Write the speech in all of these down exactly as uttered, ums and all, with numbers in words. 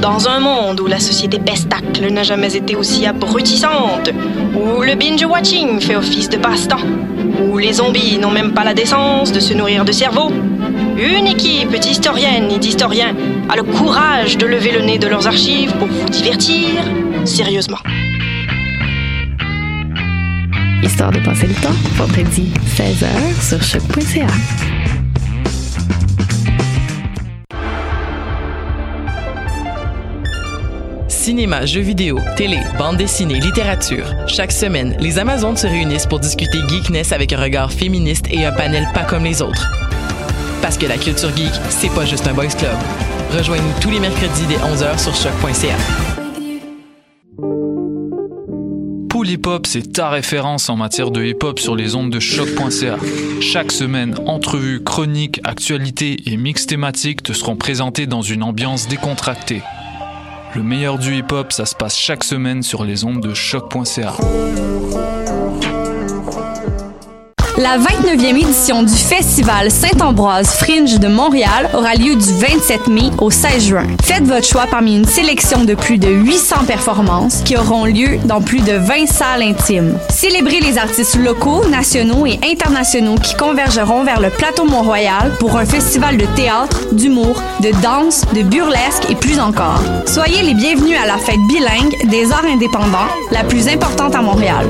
Dans un monde où la société pestacle n'a jamais été aussi abrutissante, où le binge-watching fait office de passe-temps, où les zombies n'ont même pas la décence de se nourrir de cerveau, une équipe d'historiennes et d'historiens a le courage de lever le nez de leurs archives pour vous divertir sérieusement. Histoire de passer le temps, vendredi seize heures sur choc point c a. Cinéma, jeux vidéo, télé, bande dessinée, littérature. Chaque semaine, les Amazones se réunissent pour discuter geekness avec un regard féministe et un panel pas comme les autres. Parce que la culture geek, c'est pas juste un boys club. Rejoignez-nous tous les mercredis dès onze heures sur choc point c a. Pool Hip Hop, c'est ta référence en matière de hip-hop sur les ondes de choc point c a. Chaque semaine, entrevues, chroniques, actualités et mix thématiques te seront présentés dans une ambiance décontractée. Le meilleur du hip-hop, ça se passe chaque semaine sur les ondes de choc point c a. La vingt-neuvième édition du Festival Saint-Ambroise Fringe de Montréal aura lieu du vingt-sept mai au seize juin. Faites votre choix parmi une sélection de plus de huit cents performances qui auront lieu dans plus de vingt salles intimes. Célébrez les artistes locaux, nationaux et internationaux qui convergeront vers le plateau Mont-Royal pour un festival de théâtre, d'humour, de danse, de burlesque et plus encore. Soyez les bienvenus à la fête bilingue des arts indépendants, la plus importante à Montréal.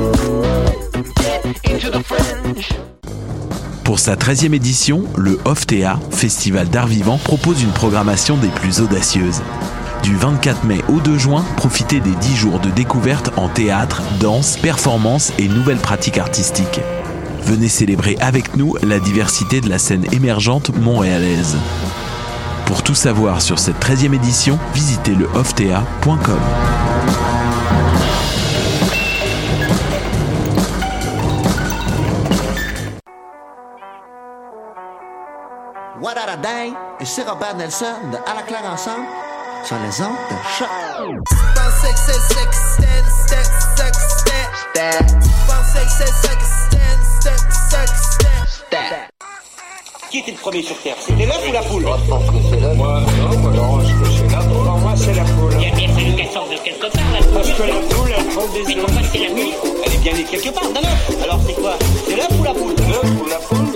Pour sa treizième édition, le OFTEA, Festival d'art vivant, propose une programmation des plus audacieuses. Du vingt-quatre mai au deux juin, profitez des dix jours de découverte en théâtre, danse, performance et nouvelles pratiques artistiques. Venez célébrer avec nous la diversité de la scène émergente montréalaise. Pour tout savoir sur cette treizième édition, visitez le oftea point com. What a day, et c'est Robert Nelson de À la claire ensemble sur les ondes de choc. Qui était le premier sur Terre? C'était l'œuf ou la poule? Moi, je pense que c'est l'œuf. Moi, non, moi, non, je pense que c'est l'œuf. Pour moi, c'est la poule. Il y a bien fallu qu'elle sorte de quelque part, la poule. Parce que la poule, elle prend des œufs. Mais pourquoi c'est la nuit? Elle est bien née quelque part, d'un œuf. Alors c'est quoi? C'est l'œuf ou la poule? L'œuf ou la poule?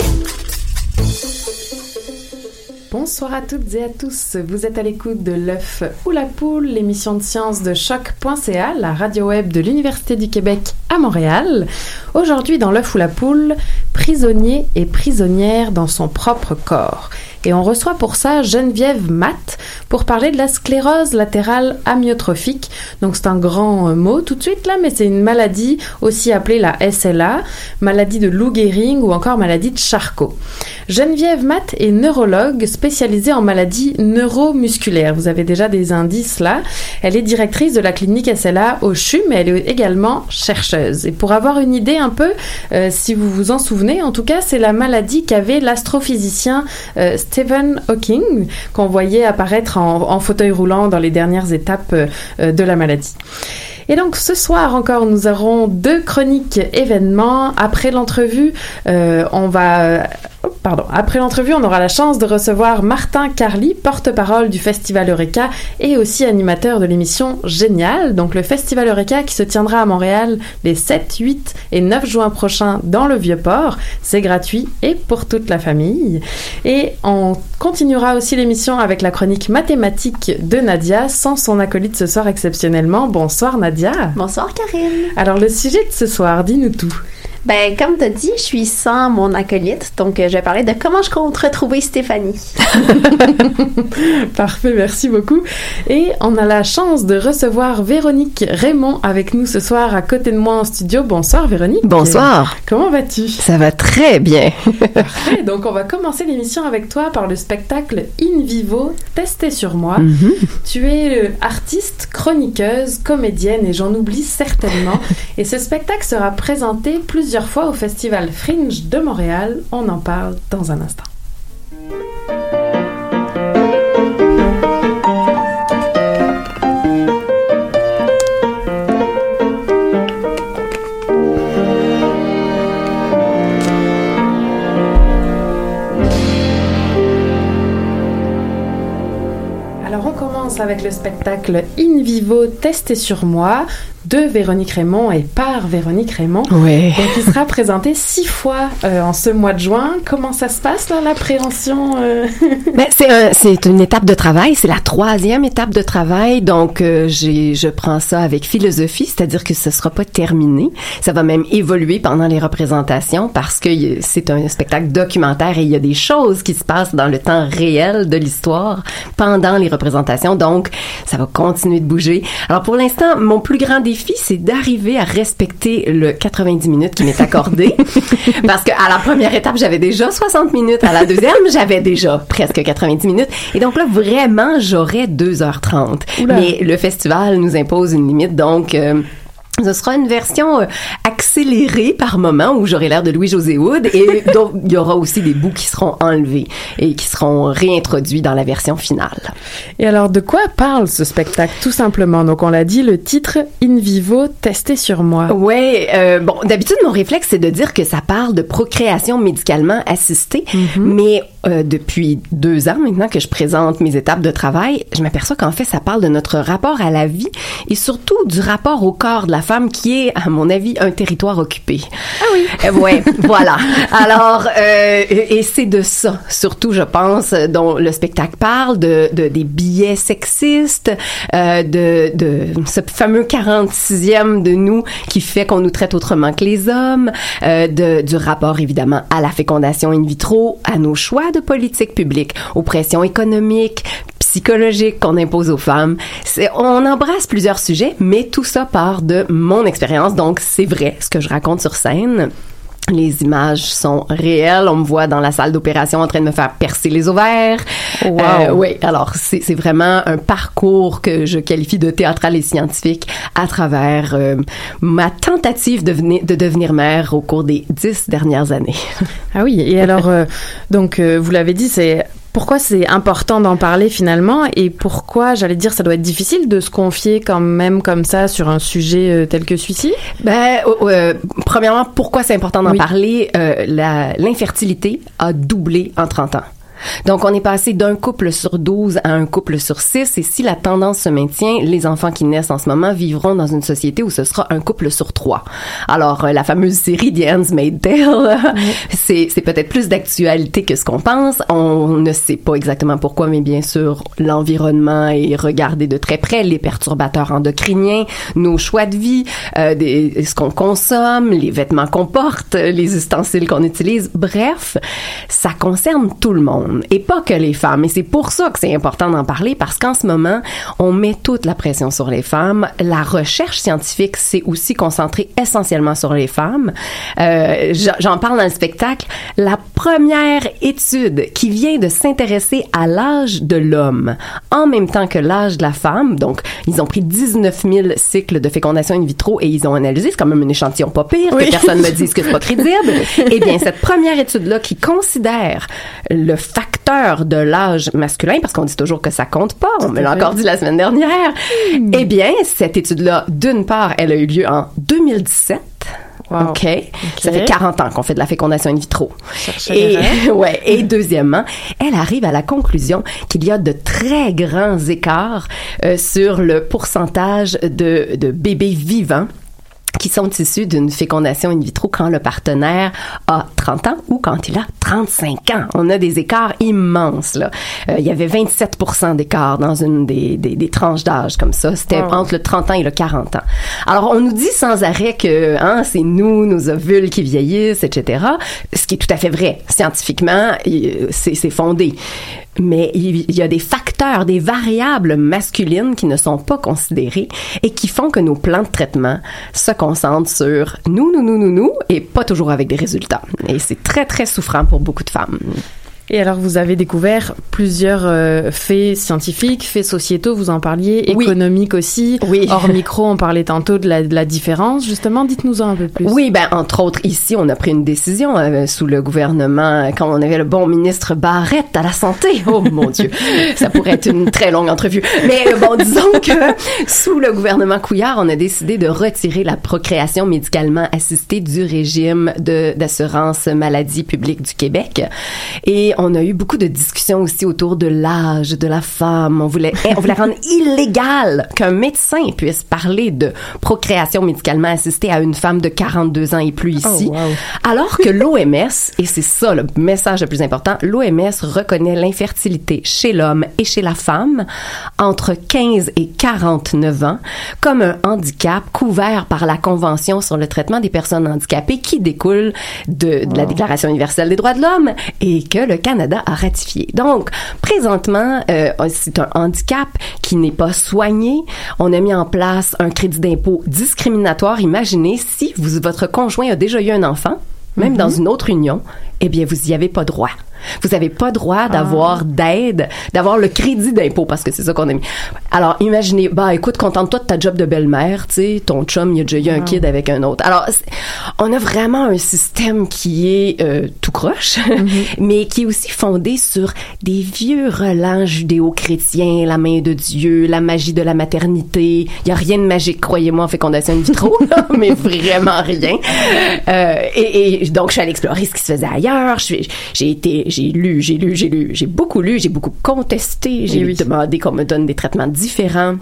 Bonsoir à toutes et à tous, vous êtes à l'écoute de l'œuf ou la poule, l'émission de sciences de choc point c a, la radio web de l'Université du Québec à Montréal. Aujourd'hui dans l'œuf ou la poule, prisonnier et prisonnière dans son propre corps. Et on reçoit pour ça Geneviève Matt pour parler de la sclérose latérale amyotrophique. Donc c'est un grand mot tout de suite là, mais c'est une maladie aussi appelée la S L A, maladie de Lou Gehrig ou encore maladie de Charcot. Geneviève Matt est neurologue spécialisée en maladies neuromusculaires. Vous avez déjà des indices là. Elle est directrice de la clinique S L A au C H U, mais elle est également chercheuse. Et pour avoir une idée un peu, euh, si vous vous en souvenez, en tout cas, c'est la maladie qu'avait l'astrophysicien euh, Stephen Hawking, qu'on voyait apparaître en, en fauteuil roulant dans les dernières étapes euh, de la maladie. Et donc ce soir encore, nous aurons deux chroniques événements. Après l'entrevue, euh, on va... Oh, pardon. Après l'entrevue, on aura la chance de recevoir Martin Carly, porte-parole du Festival Eureka et aussi animateur de l'émission Génial. Donc le Festival Eureka qui se tiendra à Montréal les sept, huit et neuf juin prochains dans le Vieux-Port. C'est gratuit et pour toute la famille. Et on continuera aussi l'émission avec la chronique mathématique de Nadia, sans son acolyte ce soir exceptionnellement. Bonsoir Nadia. Bonsoir Karine. Alors le sujet de ce soir, dis-nous tout. Ben, comme tu as dit, je suis sans mon acolyte, donc euh, je vais parler de comment je compte retrouver Stéphanie. Parfait, merci beaucoup. Et on a la chance de recevoir Véronique Raymond avec nous ce soir à côté de moi en studio. Bonsoir Véronique. Bonsoir. Comment vas-tu? Ça va très bien. Parfait, donc on va commencer l'émission avec toi par le spectacle In Vivo, Testé sur moi. Mm-hmm. Tu es euh, artiste, chroniqueuse, comédienne et j'en oublie certainement. Et ce spectacle sera présenté plusieurs plusieurs fois au Festival Fringe de Montréal. On en parle dans un instant. Alors on commence avec le spectacle In Vivo Testé sur moi de Véronique Raymond et par Véronique Raymond. Oui. Donc il sera présenté six fois euh, en ce mois de juin. Comment ça se passe là, l'appréhension euh... Ben, c'est, un, c'est une étape de travail, c'est la troisième étape de travail, donc euh, j'ai, je prends ça avec philosophie, c'est-à-dire que ce sera pas terminé, ça va même évoluer pendant les représentations parce que c'est un spectacle documentaire et il y a des choses qui se passent dans le temps réel de l'histoire pendant les représentations, donc ça va continuer de bouger. Alors pour l'instant, mon plus grand défi, c'est d'arriver à respecter le quatre-vingt-dix minutes qui m'est accordé parce que à la première étape, j'avais déjà soixante minutes, à la deuxième, j'avais déjà presque quatre-vingt-dix minutes et donc là, vraiment, j'aurais deux heures trente. Oula. Mais le festival nous impose une limite, donc... Euh, ce sera une version euh, accélérée par moment où j'aurai l'air de Louis-José Hood et donc il y aura aussi des bouts qui seront enlevés et qui seront réintroduits dans la version finale. Et alors, de quoi parle ce spectacle, tout simplement? Donc, on l'a dit, le titre In Vivo Testé sur moi. Oui, euh, bon, d'habitude, mon réflexe, c'est de dire que ça parle de procréation médicalement assistée, mm-hmm. mais euh, depuis deux ans maintenant que je présente mes étapes de travail, je m'aperçois qu'en fait, ça parle de notre rapport à la vie et surtout du rapport au corps de la femme qui est, à mon avis, un territoire occupé. Ah oui. Euh, ouais, voilà. Alors, euh, et c'est de ça, surtout, je pense, dont le spectacle parle, de, de des biais sexistes, euh, de, de ce fameux quarante-sixième de nous qui fait qu'on nous traite autrement que les hommes, euh, de, du rapport, évidemment, à la fécondation in vitro, à nos choix de politique publique, aux pressions économiques, psychologique qu'on impose aux femmes. C'est, on embrasse plusieurs sujets, mais tout ça part de mon expérience, donc c'est vrai ce que je raconte sur scène. Les images sont réelles. On me voit dans la salle d'opération en train de me faire percer les ovaires. Wow. Euh, oui, alors c'est, c'est vraiment un parcours que je qualifie de théâtral et scientifique à travers euh, ma tentative de, venir, de devenir mère au cours des dix dernières années. Ah oui, et alors, euh, donc, euh, vous l'avez dit, c'est... Pourquoi c'est important d'en parler finalement et pourquoi, j'allais dire, ça doit être difficile de se confier quand même comme ça sur un sujet euh, tel que celui-ci? Ben, euh, premièrement, pourquoi c'est important d'en oui. parler? Euh, la, l'infertilité a doublé en trente ans. Donc, on est passé d'un couple sur douze à un couple sur six. Et si la tendance se maintient, les enfants qui naissent en ce moment vivront dans une société où ce sera un couple sur trois. Alors, euh, la fameuse série The Handmaid's Tale, oui. c'est, c'est peut-être plus d'actualité que ce qu'on pense. On ne sait pas exactement pourquoi, mais bien sûr, l'environnement est regardé de très près, les perturbateurs endocriniens, nos choix de vie, euh, des, ce qu'on consomme, les vêtements qu'on porte, les ustensiles qu'on utilise. Bref, ça concerne tout le monde. Et pas que les femmes. Et c'est pour ça que c'est important d'en parler, parce qu'en ce moment, on met toute la pression sur les femmes. La recherche scientifique s'est aussi concentrée essentiellement sur les femmes. Euh, j'en parle dans le spectacle. La première étude qui vient de s'intéresser à l'âge de l'homme en même temps que l'âge de la femme, donc ils ont pris dix-neuf mille cycles de fécondation in vitro et ils ont analysé, c'est quand même un échantillon pas pire, oui. que personne me dise que c'est pas crédible. Eh bien, cette première étude-là qui considère le facteur de l'âge masculin, parce qu'on dit toujours que ça compte pas, on me l'a encore dit la semaine dernière, mmh. eh bien, cette étude-là, d'une part, elle a eu lieu en deux mille dix-sept. Wow. Okay. OK. Ça fait quarante ans qu'on fait de la fécondation in vitro. Et, ouais. Et deuxièmement, elle arrive à la conclusion qu'il y a de très grands écarts euh, sur le pourcentage de, de bébés vivants qui sont issus d'une fécondation in vitro quand le partenaire a trente ans ou quand il a trente-cinq ans. On a des écarts immenses, là. Euh, il y avait vingt-sept pour cent d'écart dans une des, des, des tranches d'âge comme ça. C'était wow. entre le trente ans et le quarante ans. Alors, on nous dit sans arrêt que hein, c'est nous, nos ovules qui vieillissent, et cetera. Ce qui est tout à fait vrai. Scientifiquement, c'est, c'est fondé. Mais il y a des facteurs, des variables masculines qui ne sont pas considérées et qui font que nos plans de traitement se concentrent sur nous, nous, nous, nous, nous, et pas toujours avec des résultats. Et c'est très, très souffrant pour beaucoup de femmes. Et alors, vous avez découvert plusieurs euh, faits scientifiques, faits sociétaux, vous en parliez, oui. économiques aussi. Oui. Hors micro, on parlait tantôt de la, de la différence. Justement, dites-nous-en un peu plus. Oui, ben entre autres, ici, on a pris une décision euh, sous le gouvernement, quand on avait le bon ministre Barrette à la santé. Oh mon Dieu, ça pourrait être une très longue entrevue. Mais euh, bon, disons que sous le gouvernement Couillard, on a décidé de retirer la procréation médicalement assistée du régime de, d'assurance maladie publique du Québec. Et on a eu beaucoup de discussions aussi autour de l'âge de la femme. On voulait, on voulait rendre illégal qu'un médecin puisse parler de procréation médicalement assistée à une femme de quarante-deux ans et plus ici. Oh, wow. Alors que l'O M S, et c'est ça le message le plus important, l'O M S reconnaît l'infertilité chez l'homme et chez la femme entre quinze et quarante-neuf ans comme un handicap couvert par la Convention sur le traitement des personnes handicapées qui découle de, de la Déclaration universelle des droits de l'homme et que le Canada a ratifié. Donc, présentement, euh, c'est un handicap qui n'est pas soigné. On a mis en place un crédit d'impôt discriminatoire. Imaginez si vous, votre conjoint a déjà eu un enfant, même mm-hmm. dans une autre union, eh bien, vous n'y avez pas droit. Vous n'avez pas droit d'avoir ah. d'aide, d'avoir le crédit d'impôt, parce que c'est ça qu'on a mis. Alors, imaginez, bah, écoute, contente-toi de ta job de belle-mère, tu sais, ton chum, il a déjà eu un ah. kid avec un autre. Alors, on a vraiment un système qui est euh, tout croche, mm-hmm. mais qui est aussi fondé sur des vieux relents judéo-chrétiens, la main de Dieu, la magie de la maternité. Il y a rien de magique, croyez-moi, en fécondation in vitro, là, mais vraiment rien. Euh, et, et donc, je suis allée explorer ce qui se faisait ailleurs. Je suis, j'ai été J'ai lu, j'ai lu, j'ai lu, j'ai beaucoup lu, j'ai beaucoup contesté, j'ai oui. demandé qu'on me donne des traitements différents.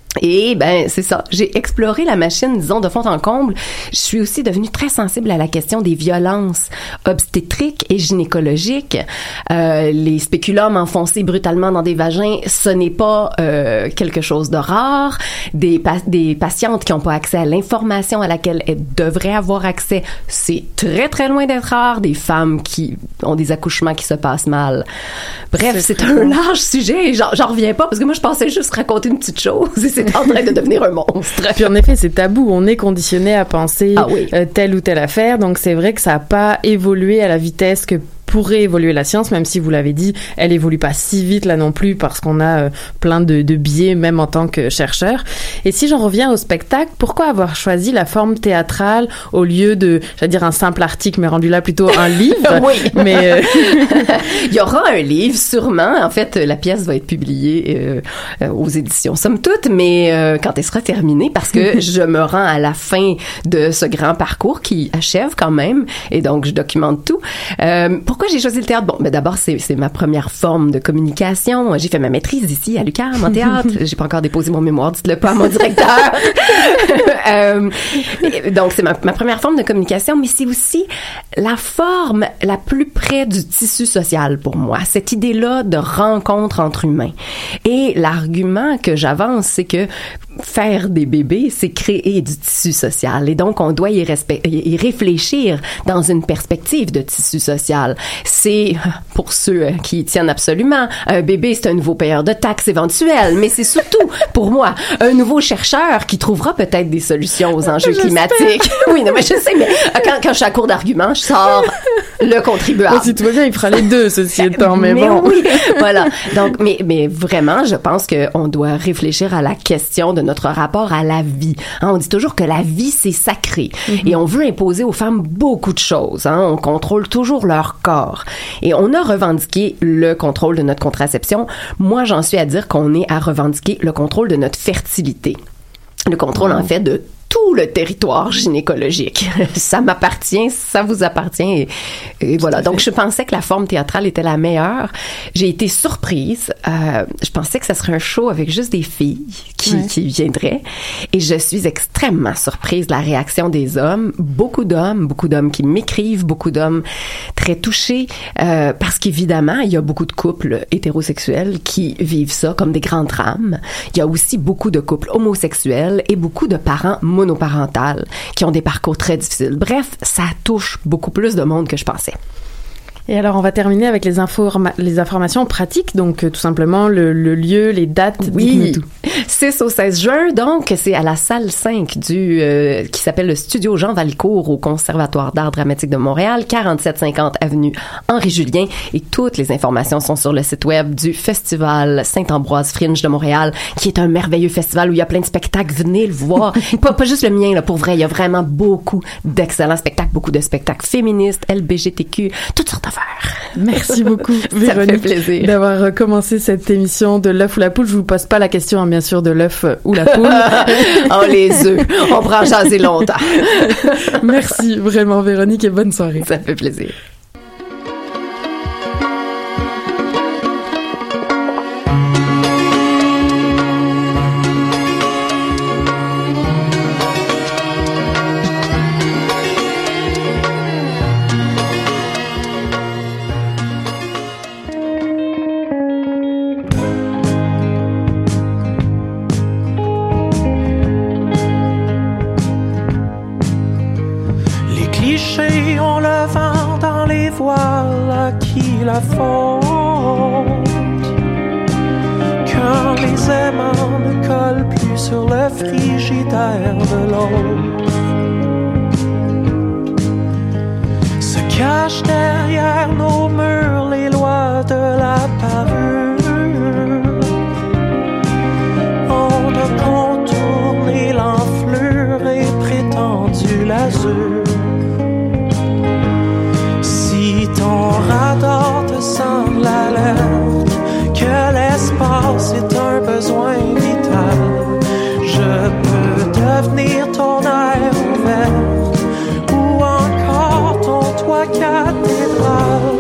Et ben c'est ça, j'ai exploré la machine, disons, de fond en comble. Je suis aussi devenue très sensible à la question des violences obstétriques et gynécologiques. Euh, les spéculums enfoncés brutalement dans des vagins, ce n'est pas euh, quelque chose de rare. Des, pa- des patientes qui n'ont pas accès à l'information à laquelle elles devraient avoir accès, c'est très très loin d'être rare. Des femmes qui ont des accouchements qui se passent mal. Bref, c'est, c'est un large sujet et j'en, j'en reviens pas parce que moi je pensais juste raconter une petite chose et c'est en train de devenir un monstre. Puis en effet, c'est tabou. On est conditionné à penser ah oui. euh, telle ou telle affaire. Donc c'est vrai que ça n'a pas évolué à la vitesse que pourrait évoluer la science, même si vous l'avez dit, elle évolue pas si vite là non plus parce qu'on a euh, plein de, de biais même en tant que chercheur. Et si j'en reviens au spectacle, pourquoi avoir choisi la forme théâtrale au lieu de, j'allais dire un simple article, mais rendu là plutôt un livre? Oui. Mais euh... il y aura un livre sûrement. En fait, la pièce va être publiée euh, euh, aux éditions Somme Toute, mais euh, quand elle sera terminée, parce que je me rends à la fin de ce grand parcours qui achève quand même, et donc je documente tout. Euh, Pourquoi j'ai choisi le théâtre? Bon, ben d'abord, c'est, c'est ma première forme de communication. J'ai fait ma maîtrise ici, à l'U Q A M, en théâtre. J'ai pas encore déposé mon mémoire, dites-le pas à mon directeur. euh, donc, c'est ma, ma première forme de communication, mais c'est aussi la forme la plus près du tissu social pour moi. Cette idée-là de rencontre entre humains. Et l'argument que j'avance, c'est que faire des bébés, c'est créer du tissu social. Et donc, on doit y, respect, y réfléchir dans une perspective de tissu social. C'est, pour ceux qui y tiennent absolument, un bébé, c'est un nouveau payeur de taxes éventuel, mais c'est surtout, pour moi, un nouveau chercheur qui trouvera peut-être des solutions aux enjeux je climatiques. Oui, non, mais je sais, mais quand, quand je suis à court d'arguments, je sors le contribuable. Oh, si tout va bien, il fera les deux, ceci étant, mais, mais bon. oui, voilà. Donc, mais, mais vraiment, je pense qu'on doit réfléchir à la question de notre rapport à la vie. Hein, on dit toujours que la vie, c'est sacré. Mm-hmm. Et on veut imposer aux femmes beaucoup de choses. Hein, on contrôle toujours leur corps. Et on a revendiqué le contrôle de notre contraception. Moi, j'en suis à dire qu'on est à revendiquer le contrôle de notre fertilité. Le contrôle, oh. en fait, de tout le territoire gynécologique. Ça m'appartient, ça vous appartient. Et, et voilà. Donc, je pensais que la forme théâtrale était la meilleure. J'ai été surprise. Euh, je pensais que ça serait un show avec juste des filles qui, ouais. qui viendraient. Et je suis extrêmement surprise de la réaction des hommes. Beaucoup d'hommes, beaucoup d'hommes qui m'écrivent, beaucoup d'hommes très touchés. Euh, parce qu'évidemment, il y a beaucoup de couples hétérosexuels qui vivent ça comme des grands drames. Il y a aussi beaucoup de couples homosexuels et beaucoup de parents monoparentales qui ont des parcours très difficiles. Bref, ça touche beaucoup plus de monde que je pensais. Et alors, on va terminer avec les, informa- les informations pratiques, donc euh, tout simplement le, le lieu, les dates. Oui, six au seize juin, donc c'est à la salle cinq du euh, qui s'appelle le Studio Jean Valicourt au Conservatoire d'art dramatique de Montréal, quarante-sept cinquante avenue Henri-Julien, et toutes les informations sont sur le site web du Festival Saint-Ambroise Fringe de Montréal, qui est un merveilleux festival où il y a plein de spectacles. Venez le voir. pas, pas juste le mien, là, pour vrai, il y a vraiment beaucoup d'excellents spectacles, beaucoup de spectacles féministes, L G B T Q, toutes sortes d'affaires. Merci beaucoup, Véronique, d'avoir commencé cette émission de l'œuf ou la poule. Je vous pose pas la question, hein, bien sûr, de l'œuf ou la poule. Oh, les œufs. On pourra en jaser longtemps. Merci vraiment, Véronique, et bonne soirée. Ça fait plaisir. voilà qui la fonde. Quand les aimants ne collent plus sur le frigidaire de l'autre, se cachent derrière nos murs les lois de la parure. On a contourné l'enflure et prétendu l'azur. Si ton radar te semble alerte que l'espace est un besoin vital, je peux devenir ton air ouvert ou encore ton toit cathédrale.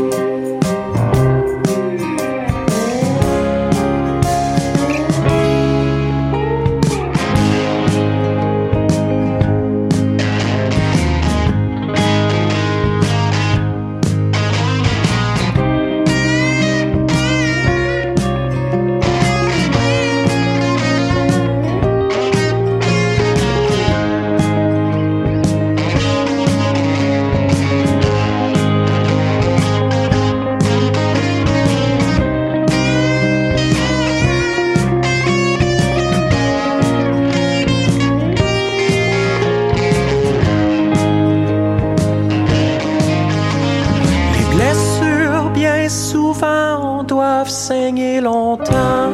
Saigner longtemps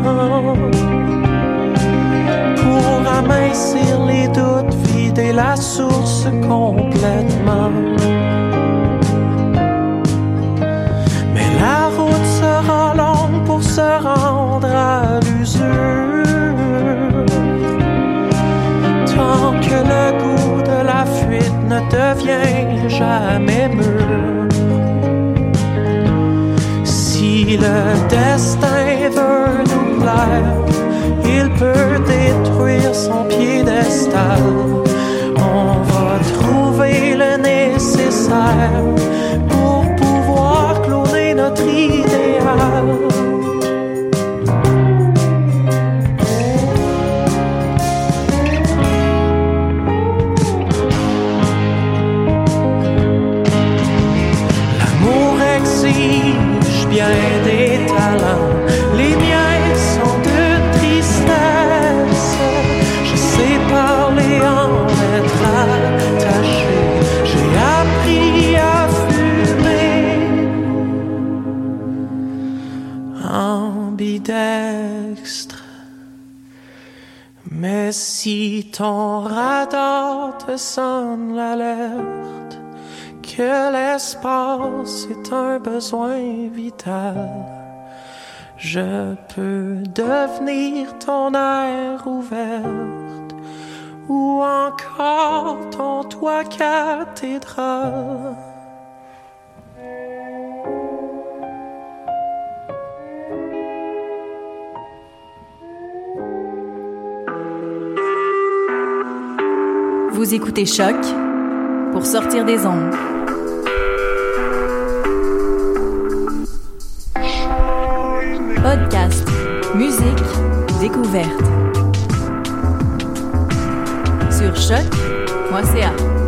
pour amincir les doutes, vider la source complètement. Mais la route sera longue pour se rendre à l'usure, tant que le goût de la fuite ne devient jamais mûr. Si le destin veut nous plaire, il peut détruire son piédestal. On va trouver le nécessaire pour pouvoir cloner notre idéal. L'amour exige bien des talents, les miens sont de tristesse. Je sais parler en être attaché, j'ai appris à fumer ambidextre. Mais si ton radar te sonne l'alerte que l'espace est un besoin vital, je peux devenir ton air ouverte ou encore ton toit cathédrale. Vous écoutez Choc pour sortir des ondes. Podcast, musique, découverte. Sur choc point c a.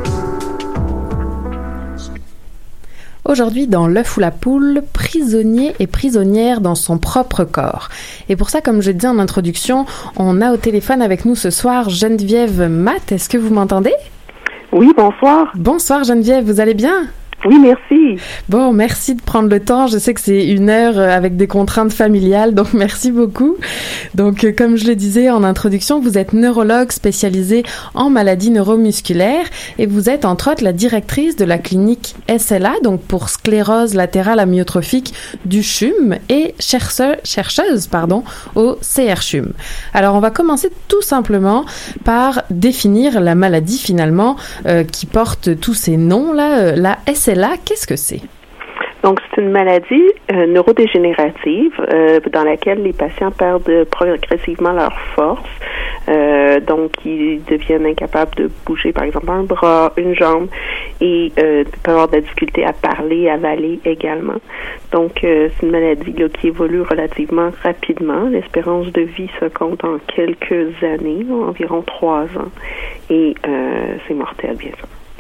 Aujourd'hui, dans l'œuf ou la poule, prisonnier et prisonnière dans son propre corps. Et pour ça, comme je disais en introduction, on a au téléphone avec nous ce soir Geneviève Matt. Est-ce que vous m'entendez? Oui, bonsoir. Bonsoir Geneviève, vous allez bien? Oui, merci. Bon, merci de prendre le temps. Je sais que c'est une heure avec des contraintes familiales, donc merci beaucoup. Donc, comme je le disais en introduction, vous êtes neurologue spécialisé en maladies neuromusculaires et vous êtes entre autres la directrice de la clinique S L A, donc pour sclérose latérale amyotrophique du C H U M et chercheur, chercheuse pardon, au C R C H U M. Alors, on va commencer tout simplement par définir la maladie finalement euh, qui porte tous ces noms-là, euh, la S L A. Là, qu'est-ce que c'est? Donc, c'est une maladie euh, neurodégénérative euh, dans laquelle les patients perdent progressivement leur force. Euh, donc, ils deviennent incapables de bouger, par exemple, un bras, une jambe, et euh, peuvent avoir de la difficulté à parler, avaler également. Donc, euh, c'est une maladie là, qui évolue relativement rapidement. L'espérance de vie se compte en quelques années, environ trois ans, et euh, c'est mortel, bien sûr.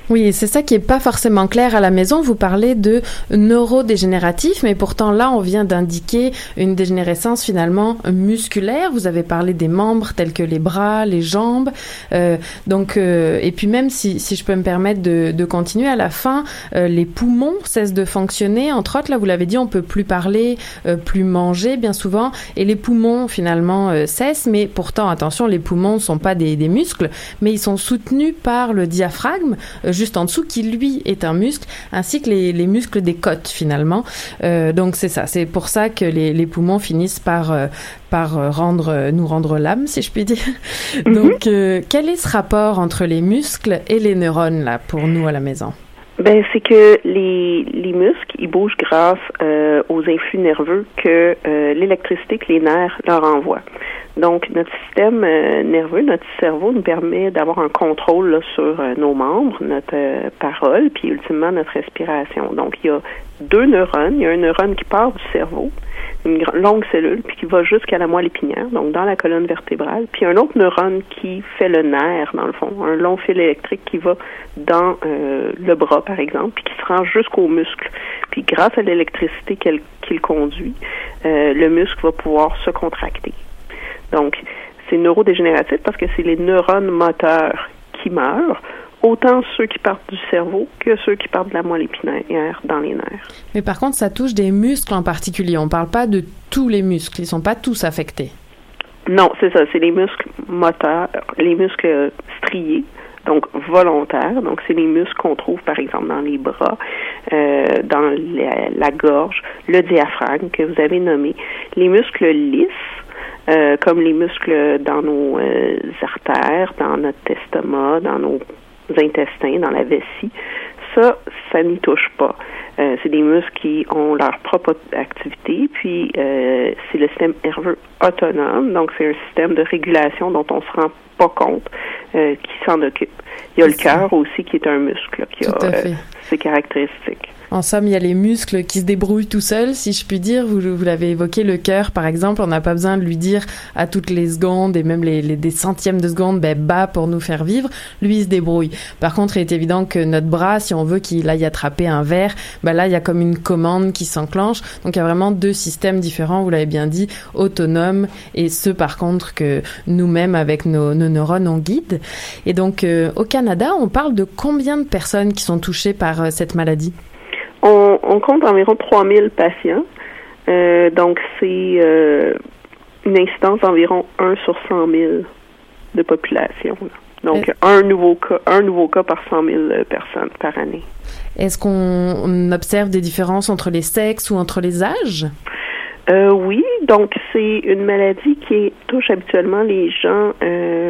Oui, et c'est ça qui est pas forcément clair à la maison. Vous parlez de neurodégénératif, mais pourtant là, on vient d'indiquer une dégénérescence finalement musculaire. Vous avez parlé des membres tels que les bras, les jambes. Euh, donc, euh, et puis même si, si je peux me permettre de, de continuer, à la fin, euh, les poumons cessent de fonctionner. Entre autres, là, vous l'avez dit, on peut plus parler, euh, plus manger bien souvent, et les poumons finalement euh, cessent. Mais pourtant, attention, les poumons ne sont pas des, des muscles, mais ils sont soutenus par le diaphragme, euh, juste en dessous, qui lui est un muscle, ainsi que les, les muscles des côtes finalement. Euh, donc c'est ça, c'est pour ça que les, les poumons finissent par euh, par euh, rendre euh, nous rendre l'âme, si je puis dire. Mm-hmm. Donc euh, quel est ce rapport entre les muscles et les neurones là pour nous à la maison? Ben c'est que les les muscles ils bougent grâce euh, aux influx nerveux que euh, l'électricité que les nerfs leur envoient. Donc, notre système euh, nerveux, notre cerveau nous permet d'avoir un contrôle là, sur euh, nos membres, notre euh, parole, puis ultimement notre respiration. Donc, il y a deux neurones. Il y a un neurone qui part du cerveau, une g- longue cellule, puis qui va jusqu'à la moelle épinière, donc dans la colonne vertébrale. Puis un autre neurone qui fait le nerf, dans le fond, un long fil électrique qui va dans euh, le bras, par exemple, puis qui se rend jusqu'au muscle. Puis grâce à l'électricité qu'elle, qu'il conduit, euh, le muscle va pouvoir se contracter. Donc, c'est neurodégénératif parce que c'est les neurones moteurs qui meurent, autant ceux qui partent du cerveau que ceux qui partent de la moelle épinière dans les nerfs. Mais par contre, ça touche des muscles en particulier. On ne parle pas de tous les muscles. Ils ne sont pas tous affectés. Non, c'est ça. C'est les muscles moteurs, les muscles striés, donc volontaires. Donc, c'est les muscles qu'on trouve, par exemple, dans les bras, euh, dans la, la gorge, le diaphragme que vous avez nommé. Les muscles lisses, Euh, comme les muscles dans nos euh, artères, dans notre estomac, dans nos intestins, dans la vessie, ça, ça n'y touche pas. Euh, c'est des muscles qui ont leur propre activité, puis euh, c'est le système nerveux autonome, donc c'est un système de régulation dont on se rend pas compte, euh, qui s'en occupe. Il y a le cœur aussi qui est un muscle là, qui Tout a à fait. euh, ses caractéristiques. En somme, il y a les muscles qui se débrouillent tout seuls, si je puis dire. Vous, vous l'avez évoqué, le cœur, par exemple, on n'a pas besoin de lui dire à toutes les secondes et même les, les des centièmes de seconde, ben, bat pour nous faire vivre. Lui, il se débrouille. Par contre, il est évident que notre bras, si on veut qu'il aille attraper un verre, ben là, il y a comme une commande qui s'enclenche. Donc, il y a vraiment deux systèmes différents, vous l'avez bien dit, autonomes et ceux, par contre, que nous-mêmes, avec nos, nos neurones, on guide. Et donc, euh, au Canada, on parle de combien de personnes qui sont touchées par euh, cette maladie? On, on compte environ trois mille patients. Euh, donc, c'est euh, une incidence d'environ un sur cent mille de population. Là. Donc, euh, un nouveau cas, un nouveau cas par cent mille personnes par année. Est-ce qu'on on observe des différences entre les sexes ou entre les âges? Euh, oui. Donc, c'est une maladie qui touche habituellement les gens euh,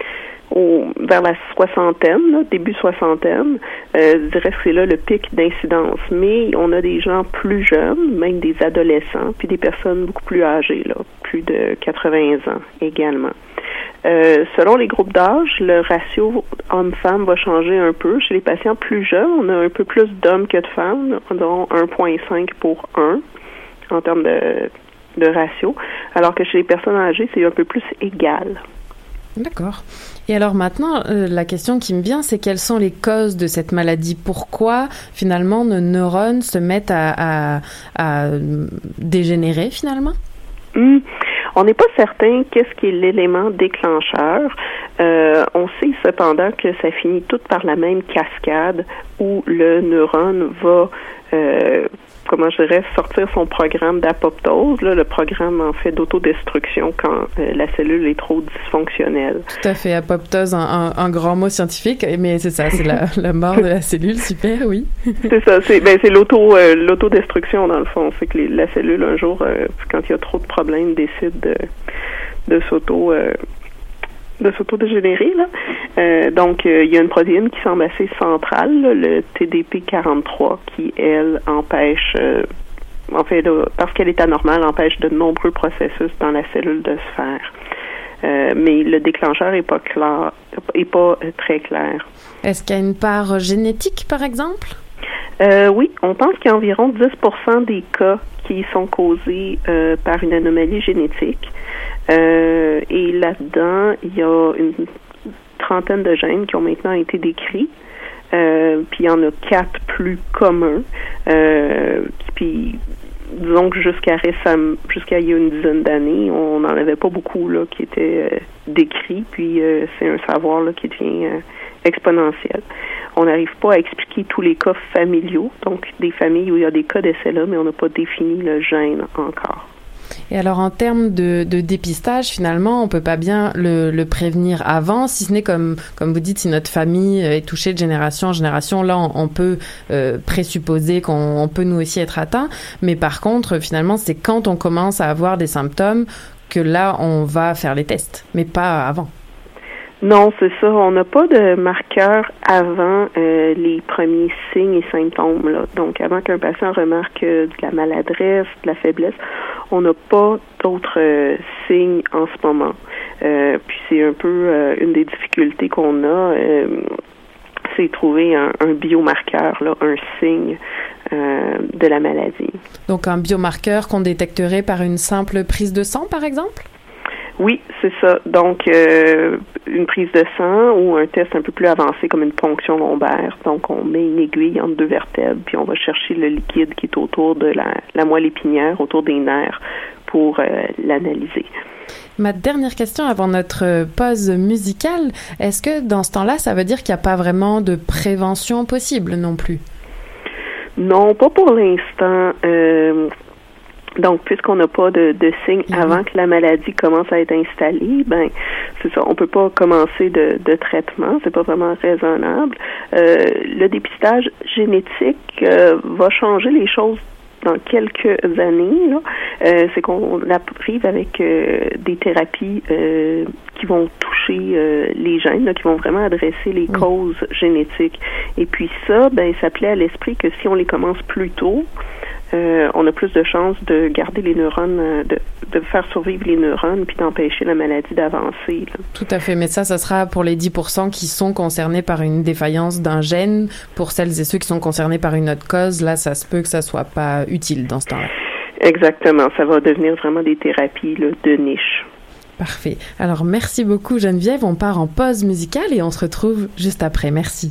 Au, vers la soixantaine, là, début soixantaine, euh, je dirais que c'est là le pic d'incidence. Mais on a des gens plus jeunes, même des adolescents, puis des personnes beaucoup plus âgées, là, plus de quatre-vingts ans également. Euh, selon les groupes d'âge, le ratio homme-femme va changer un peu. Chez les patients plus jeunes, on a un peu plus d'hommes que de femmes, environ un virgule cinq pour un en termes de, de ratio, alors que chez les personnes âgées, c'est un peu plus égal. D'accord. Et alors maintenant, euh, la question qui me vient, c'est quelles sont les causes de cette maladie? Pourquoi finalement nos neurones se mettent à, à, à dégénérer finalement? Mmh. On n'est pas certain qu'est-ce qui est l'élément déclencheur. Euh, on sait cependant que ça finit tout par la même cascade où le neurone va euh, comment je dirais, sortir son programme d'apoptose, là, le programme en fait d'autodestruction quand euh, la cellule est trop dysfonctionnelle. Tout à fait, apoptose, un, un, un grand mot scientifique, mais c'est ça, c'est la, la mort de la cellule, super, oui. C'est ça, c'est, ben, c'est l'auto, euh, l'autodestruction dans le fond, c'est que les, la cellule un jour, euh, quand il y a trop de problèmes, décide de, de s'auto... Euh, de s'autodégénérer, là. Euh, donc, euh, il y a une protéine qui semble assez centrale, là, le T D P quarante-trois, qui, elle, empêche, euh, en fait, là, parce qu'elle est anormale, empêche de nombreux processus dans la cellule de se faire. Euh, mais le déclencheur est pas clair, est pas euh, très clair. Est-ce qu'il y a une part génétique, par exemple? Euh, oui, on pense qu'il y a environ dix pour cent des cas qui sont causés euh, par une anomalie génétique. Euh, et là-dedans, il y a une trentaine de gènes qui ont maintenant été décrits. Euh, puis il y en a quatre plus communs. Euh, puis disons que jusqu'à récemment, jusqu'à il y a une dizaine d'années, on n'en avait pas beaucoup là qui étaient euh, décrits. Puis euh, c'est un savoir là qui devient euh, exponentiel. On n'arrive pas à expliquer tous les cas familiaux, donc des familles où il y a des cas d'essai là, mais on n'a pas défini le gène encore. Et alors, en termes de, de dépistage, finalement, on peut pas bien le, le prévenir avant, si ce n'est comme, comme vous dites, si notre famille est touchée de génération en génération, là, on, on peut euh, présupposer qu'on on peut nous aussi être atteint. Mais par contre, finalement, c'est quand on commence à avoir des symptômes que là, on va faire les tests, mais pas avant. Non, c'est ça. On n'a pas de marqueur avant euh, les premiers signes et symptômes, là. Donc, avant qu'un patient remarque euh, de la maladresse, de la faiblesse, on n'a pas d'autres euh, signes en ce moment. Euh, puis c'est un peu euh, une des difficultés qu'on a, euh, c'est trouver un, un biomarqueur, là, un signe euh, de la maladie. Donc, un biomarqueur qu'on détecterait par une simple prise de sang, par exemple? Oui, c'est ça. Donc, euh, une prise de sang ou un test un peu plus avancé comme une ponction lombaire. Donc, on met une aiguille entre deux vertèbres, puis on va chercher le liquide qui est autour de la, la moelle épinière, autour des nerfs, pour euh, l'analyser. Ma dernière question avant notre pause musicale, est-ce que dans ce temps-là, ça veut dire qu'il n'y a pas vraiment de prévention possible non plus? Non, pas pour l'instant. Euh, Donc, puisqu'on n'a pas de, de signes mmh. avant que la maladie commence à être installée, ben c'est ça, on peut pas commencer de, de traitement, c'est pas vraiment raisonnable. Euh, le dépistage génétique euh, va changer les choses dans quelques années. Là. Euh, c'est qu'on arrive avec euh, des thérapies euh, qui vont toucher euh, les gènes, là, qui vont vraiment adresser les mmh. causes génétiques. Et puis ça, ben ça plaît à l'esprit que si on les commence plus tôt, Euh, on a plus de chances de garder les neurones, de, de faire survivre les neurones puis d'empêcher la maladie d'avancer. Là. Tout à fait, mais ça, ça sera pour les dix pour cent qui sont concernés par une défaillance d'un gène. Pour celles et ceux qui sont concernés par une autre cause, là, ça se peut que ça soit pas utile dans ce temps-là. Exactement, ça va devenir vraiment des thérapies là, de niche. Parfait. Alors, merci beaucoup Geneviève. On part en pause musicale et on se retrouve juste après. Merci.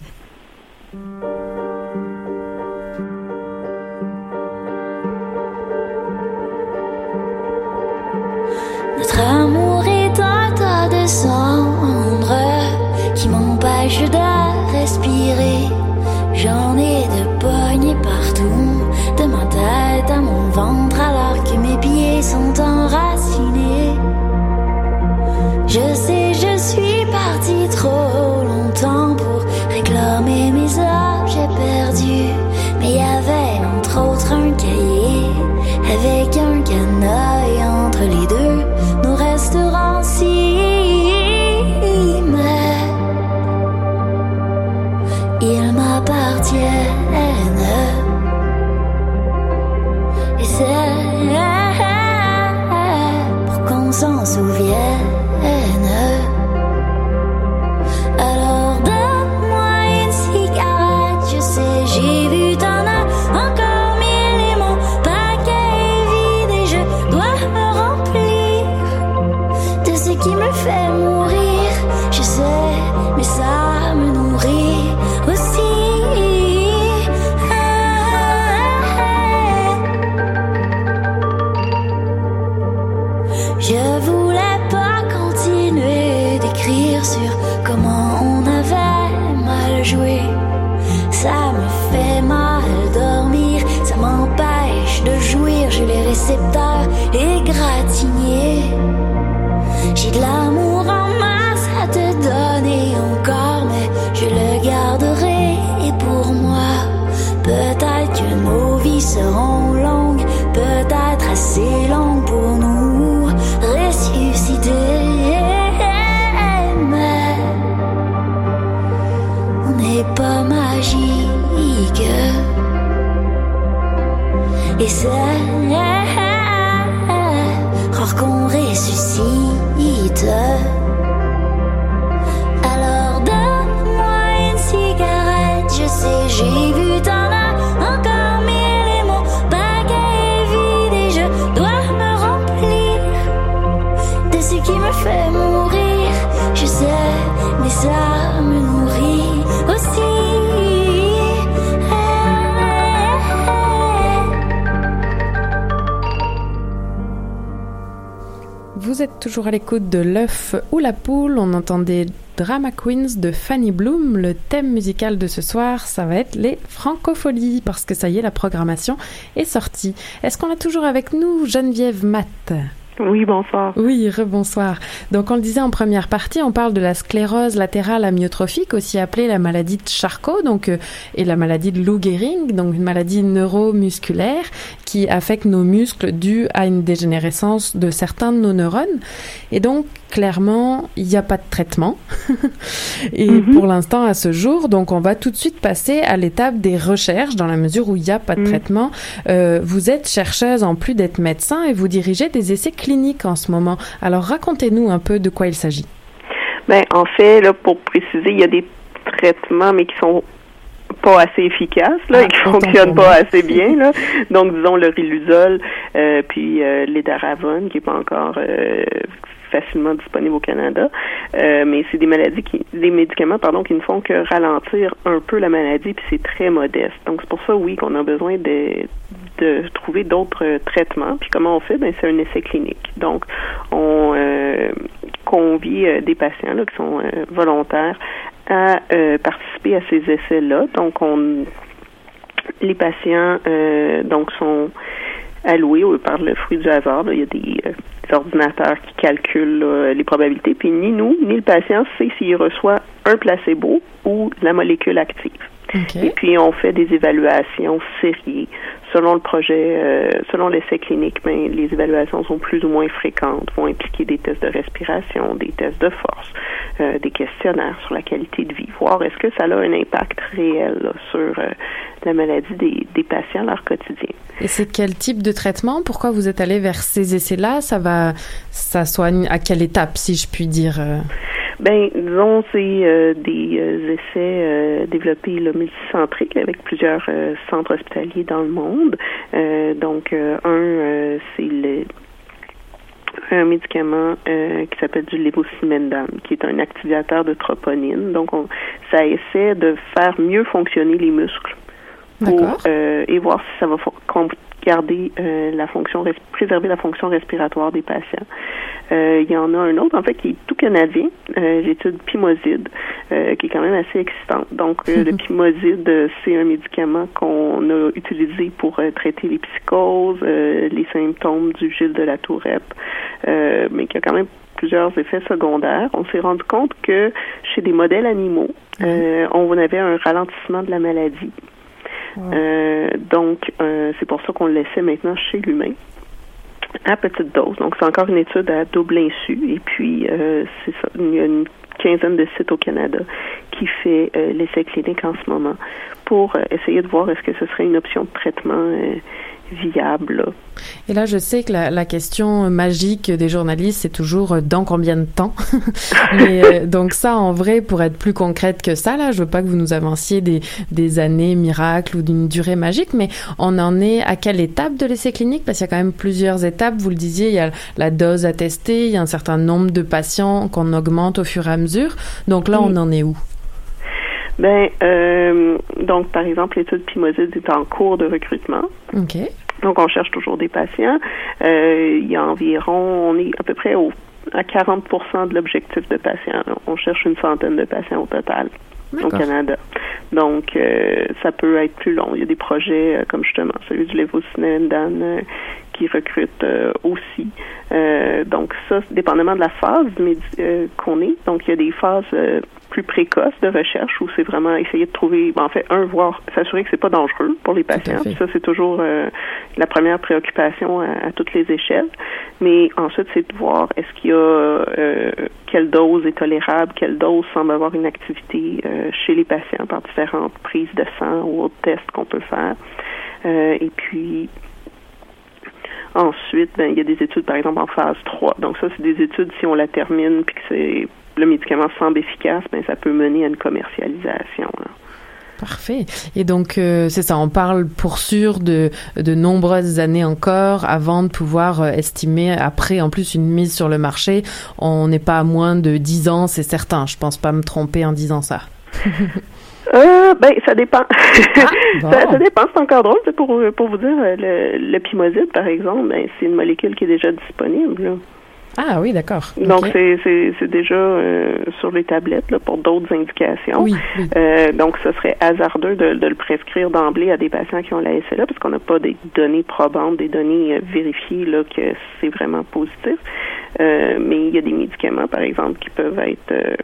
Notre amour est un tas de cendres qui m'empêche de respirer. J'en ai de poignées partout, de ma tête à mon ventre, alors que mes pieds sont enracinés. Je sais, je suis partie trop longtemps pour réclamer mes objets perdus. Mais il y avait entre autres un cahier avec un cadenas et entre les deux nous resterons si. Mais ils m'appartiennent et c'est pour qu'on s'en souvienne. Alors donne-moi une cigarette, je sais, j'ai vu t'en as encore mille et mon paquet est vide et je dois me remplir de ce qui me fait mourir. Je sais, mais ça me nourrit aussi. Je voulais pas continuer d'écrire sur comment on avait mal joué. Ça me fait mal dormir, ça m'empêche de jouir. J'ai les récepteurs égratignés. J'ai de l'amour en masse à te donner encore, mais je le garderai. Et pour moi, peut-être que nos vies seront longues, peut-être assez longues pour nous ressusciter. Mais on n'est pas magique, et c'est rare qu'on ressuscite. Alors donne-moi une cigarette, je sais, j'ai vu t'en as encore mille et mon paquet est vide et je dois me remplir de ce qui me fait mourir. Je sais, mais ça me nourrit aussi. Vous êtes toujours à l'écoute de l'œuf ou la poule. On entendait Drama Queens de Fanny Bloom. Le thème musical de ce soir, ça va être les francopholies, parce que ça y est, la programmation est sortie. Est-ce qu'on a toujours avec nous Geneviève Matt? Oui, bonsoir. Oui, rebonsoir. Donc, on le disait en première partie, on parle de la sclérose latérale amyotrophique, aussi appelée la maladie de Charcot, donc, euh, et la maladie de Lou Gehrig, donc une maladie neuromusculaire qui affecte nos muscles due à une dégénérescence de certains de nos neurones. Et donc, clairement, il n'y a pas de traitement. Et mm-hmm. pour l'instant, à ce jour, donc on va tout de suite passer à l'étape des recherches, dans la mesure où il n'y a pas de mm. traitement. Euh, vous êtes chercheuse en plus d'être médecin et vous dirigez des essais cliniques en ce moment. Alors, racontez-nous un peu de quoi il s'agit. Ben, en fait, là, pour préciser, il y a des traitements, mais qui sont pas assez efficaces, là, ah, et qui fonctionnent pas assez bien, là. Donc, disons, le riluzole, euh, puis euh, l'édaravone, qui est pas encore euh, facilement disponible au Canada, euh, mais c'est des maladies qui, des médicaments, pardon, qui ne font que ralentir un peu la maladie, puis c'est très modeste. Donc, c'est pour ça, oui, qu'on a besoin de de trouver d'autres euh, traitements. Puis comment on fait? Ben, c'est un essai clinique. Donc, on euh, convie euh, des patients là, qui sont euh, volontaires à euh, participer à ces essais-là. Donc, on les patients euh, donc sont alloués par le fruit du hasard. Là. Il y a des, euh, des ordinateurs qui calculent là, les probabilités. Puis ni nous, ni le patient sait s'il reçoit un placebo ou la molécule active. Okay. Et puis, on fait des évaluations sériées. Selon le projet, euh, selon l'essai clinique, ben, les évaluations sont plus ou moins fréquentes, vont impliquer des tests de respiration, des tests de force, euh, des questionnaires sur la qualité de vie, voir est-ce que ça a un impact réel là, sur euh, la maladie des, des patients, leur quotidien. Et c'est quel type de traitement? Pourquoi vous êtes allé vers ces essais-là? Ça va, ça soigne à quelle étape, si je puis dire? euh... Ben, disons, c'est euh, des euh, essais euh, développés là, multicentriques avec plusieurs euh, centres hospitaliers dans le monde. Euh, donc, euh, un, euh, c'est le, un médicament euh, qui s'appelle du levosimendan, qui est un activateur de troponine. Donc, on, ça essaie de faire mieux fonctionner les muscles pour euh, et voir si ça va fo- garder euh, la fonction, res- préserver la fonction respiratoire des patients. Euh, il y en a un autre, en fait, qui est tout canadien, euh, l'étude Pimozide, euh, qui est quand même assez excitante. Donc, euh, le Pimozide, euh, c'est un médicament qu'on a utilisé pour euh, traiter les psychoses, euh, les symptômes du Gilles de la Tourette, euh, mais qui a quand même plusieurs effets secondaires. On s'est rendu compte que chez des modèles animaux, euh, on avait un ralentissement de la maladie. Wow. Euh, donc, euh, c'est pour ça qu'on le laissait maintenant chez l'humain à petite dose. Donc, c'est encore une étude à double insu. Et puis, euh, c'est ça, il y a une quinzaine de sites au Canada qui fait euh, l'essai clinique en ce moment pour euh, essayer de voir est-ce que ce serait une option de traitement euh, viable. Là. Et là, je sais que la, la question magique des journalistes, c'est toujours euh, dans combien de temps? Mais euh, donc ça, en vrai, pour être plus concrète que ça, là, je veux pas que vous nous avanciez des, des années miracles ou d'une durée magique, mais on en est à quelle étape de l'essai clinique? Parce qu'il y a quand même plusieurs étapes. Vous le disiez, il y a la dose à tester, il y a un certain nombre de patients qu'on augmente au fur et à mesure. Donc là, on en est où? Ben, euh, donc, par exemple, l'étude Pimozide est en cours de recrutement. OK. Donc, on cherche toujours des patients. Euh, il y a environ, on est à peu près au, à quarante pour cent de l'objectif de patients. On cherche une centaine de patients au total. D'accord. Au Canada. Donc, euh, ça peut être plus long. Il y a des projets euh, comme justement celui du levosimendan euh, qui recrute euh, aussi. Euh, donc, ça, dépendamment de la phase médi- euh, qu'on est. Donc, il y a des phases euh, plus précoces de recherche où c'est vraiment essayer de trouver, ben, en fait, un, voir, s'assurer que c'est pas dangereux pour les patients. Puis ça, c'est toujours euh, la première préoccupation à, à toutes les échelles. Mais ensuite, c'est de voir est-ce qu'il y a euh, quelle dose est tolérable, quelle dose semble avoir une activité euh, chez les patients par différentes prises de sang ou autres tests qu'on peut faire. Euh, et puis, ensuite, ben, il y a des études, par exemple, en phase trois. Donc ça, c'est des études, si on la termine puis que c'est, le médicament semble efficace, ben, ça peut mener à une commercialisation. Là. Parfait. Et donc, euh, c'est ça, on parle pour sûr de, de nombreuses années encore avant de pouvoir euh, estimer, après, en plus, une mise sur le marché. On n'est pas à moins de dix ans, c'est certain. Je pense pas me tromper en disant ça. Euh, ben, ça dépend. Ah, bon. ça, ça dépend, c'est encore drôle. Pour, pour vous dire, le, le Pimozide, par exemple, ben, c'est une molécule qui est déjà disponible. Là. Ah oui, d'accord. Donc, okay. c'est, c'est, c'est déjà euh, sur les tablettes là, pour d'autres indications. Oui, oui. Euh, donc, ce serait hasardeux de, de le prescrire d'emblée à des patients qui ont la S L A parce qu'on n'a pas des données probantes, des données euh, vérifiées là, que c'est vraiment positif. Euh, mais il y a des médicaments, par exemple, qui peuvent être... Euh,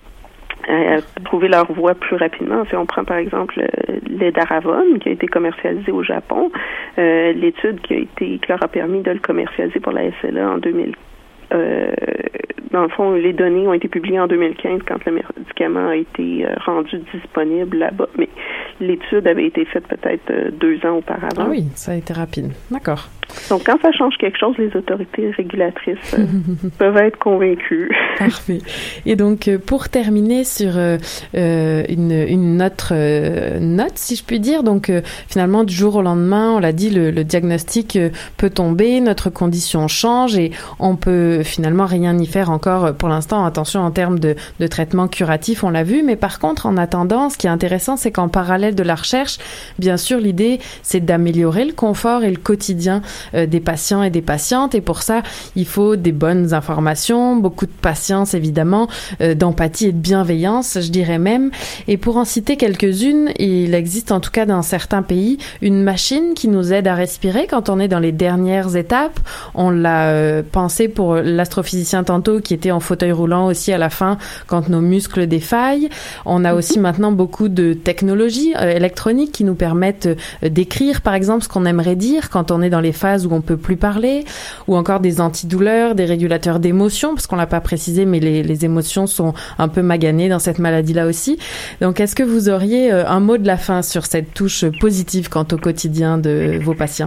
à trouver leur voie plus rapidement. Si on prend par exemple l'Edaravone qui a été commercialisé au Japon, euh, l'étude qui a été qui leur a permis de le commercialiser pour la S L A en deux mille euh, dans le fond, les données ont été publiées en deux mille quinze quand le médicament a été euh, rendu disponible là-bas, mais l'étude avait été faite peut-être euh, deux ans auparavant. Ah oui, ça a été rapide. D'accord. Donc, quand ça change quelque chose, les autorités régulatrices euh, peuvent être convaincues. Parfait. Et donc, euh, pour terminer sur euh, euh, une, une autre euh, note, si je puis dire, donc euh, finalement, du jour au lendemain, on l'a dit, le, le diagnostic euh, peut tomber, notre condition change et on peut finalement rien y faire encore pour l'instant. Attention en termes de, de traitement curatif, on l'a vu, mais par contre, en attendant, ce qui est intéressant, c'est qu'en parallèle de la recherche, bien sûr, l'idée, c'est d'améliorer le confort et le quotidien Euh, des patients et des patientes, et pour ça, il faut des bonnes informations, beaucoup de patience évidemment, euh, d'empathie et de bienveillance, je dirais même. Et pour en citer quelques-unes, il existe en tout cas dans certains pays une machine qui nous aide à respirer quand on est dans les dernières étapes. On l'a euh, pensé pour l'astrophysicien tantôt qui était en fauteuil roulant aussi à la fin quand nos muscles défaillent. On a aussi maintenant beaucoup de technologies euh, électroniques qui nous permettent euh, d'écrire par exemple ce qu'on aimerait dire quand on est dans les phases où on peut plus parler, ou encore des antidouleurs, des régulateurs d'émotions, parce qu'on l'a pas précisé, mais les, les émotions sont un peu maganées dans cette maladie-là aussi. Donc, est-ce que vous auriez euh, un mot de la fin sur cette touche positive quant au quotidien de vos patients?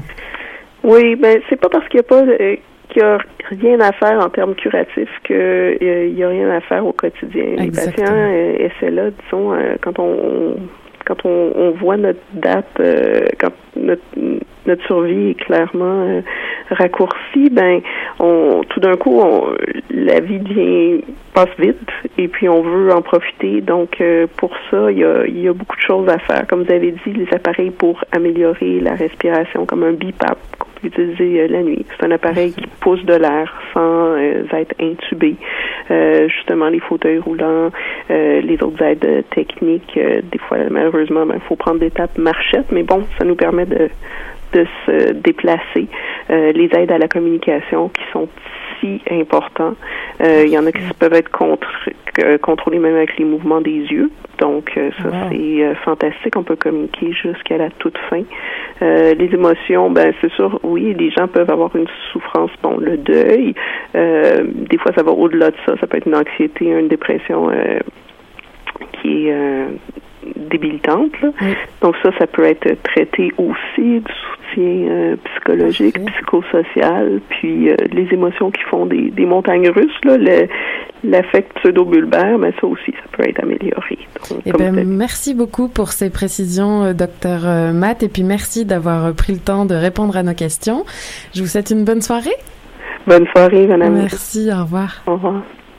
Oui, ben c'est pas parce qu'il y a pas euh, qu'il y a rien à faire en termes curatifs qu'il euh, y a rien à faire au quotidien. Exactement. Les patients euh, essaient là, disons, euh, quand on, on quand on, on voit notre date, euh, quand notre, notre survie est clairement euh, raccourcie, ben, on, tout d'un coup, on, la vie devient, passe vite, et puis on veut en profiter. Donc, euh, pour ça, il y a, il y a beaucoup de choses à faire. Comme vous avez dit, les appareils pour améliorer la respiration, comme un B P A P qu'on peut utiliser euh, la nuit. C'est un appareil qui pousse de l'air sans euh, être intubé. Euh, justement, les fauteuils roulants, euh, les autres aides techniques, euh, des fois, malheureusement, ben, il faut prendre des tapes marchettes, mais bon, ça nous permet de de se déplacer. Euh, les aides à la communication qui sont si importants. Euh, il y en a qui peuvent être contre, euh, contrôlés même avec les mouvements des yeux. Donc, euh, ça, wow. c'est euh, fantastique. On peut communiquer jusqu'à la toute fin. Euh, les émotions, ben c'est sûr, oui, les gens peuvent avoir une souffrance. Bon, le deuil, euh, des fois, ça va au-delà de ça. Ça peut être une anxiété, une dépression euh, qui est... Euh, débilitante. Là. Oui. Donc ça, ça peut être traité aussi, du soutien euh, psychologique, okay. psychosocial, puis euh, les émotions qui font des, des montagnes russes, là, le, l'affect pseudo-bulbaire, mais ça aussi, ça peut être amélioré. Donc, eh ben, merci beaucoup pour ces précisions, euh, docteur euh, Matt, et puis merci d'avoir pris le temps de répondre à nos questions. Je vous souhaite une bonne soirée. Bonne soirée, madame. Merci, au revoir. Au revoir.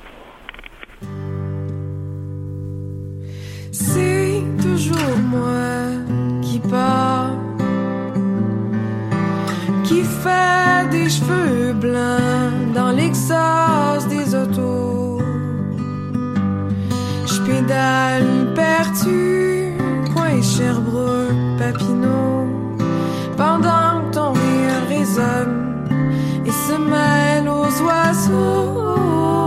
C'est toujours moi qui pars, qui fait des cheveux blancs dans l'exhaust des autos. Je pédale perdu, coin Sherbrooke, Papineau, pendant que ton rire résonne et se mêle aux oiseaux.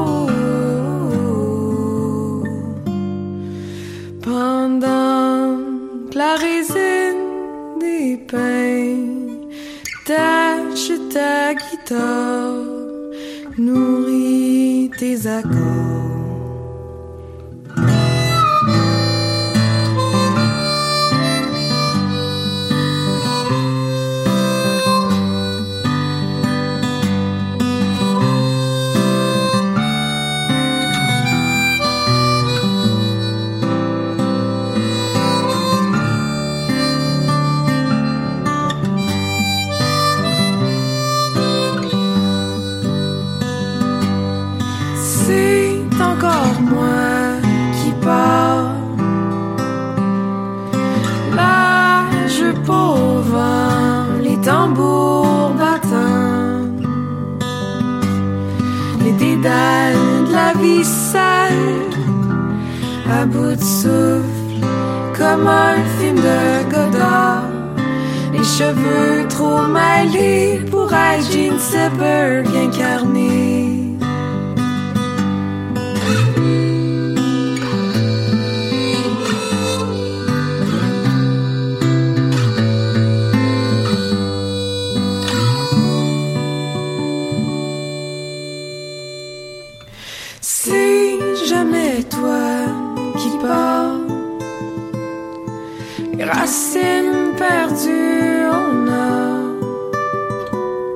Pendant que la résine des pins tâche ta guitare, nourrit tes accords. vie seule, à bout de souffle, comme un film de Godard. Les cheveux trop mêlés pour être Gene Seberg incarné. C'est jamais toi qui pars, les racines perdues en or.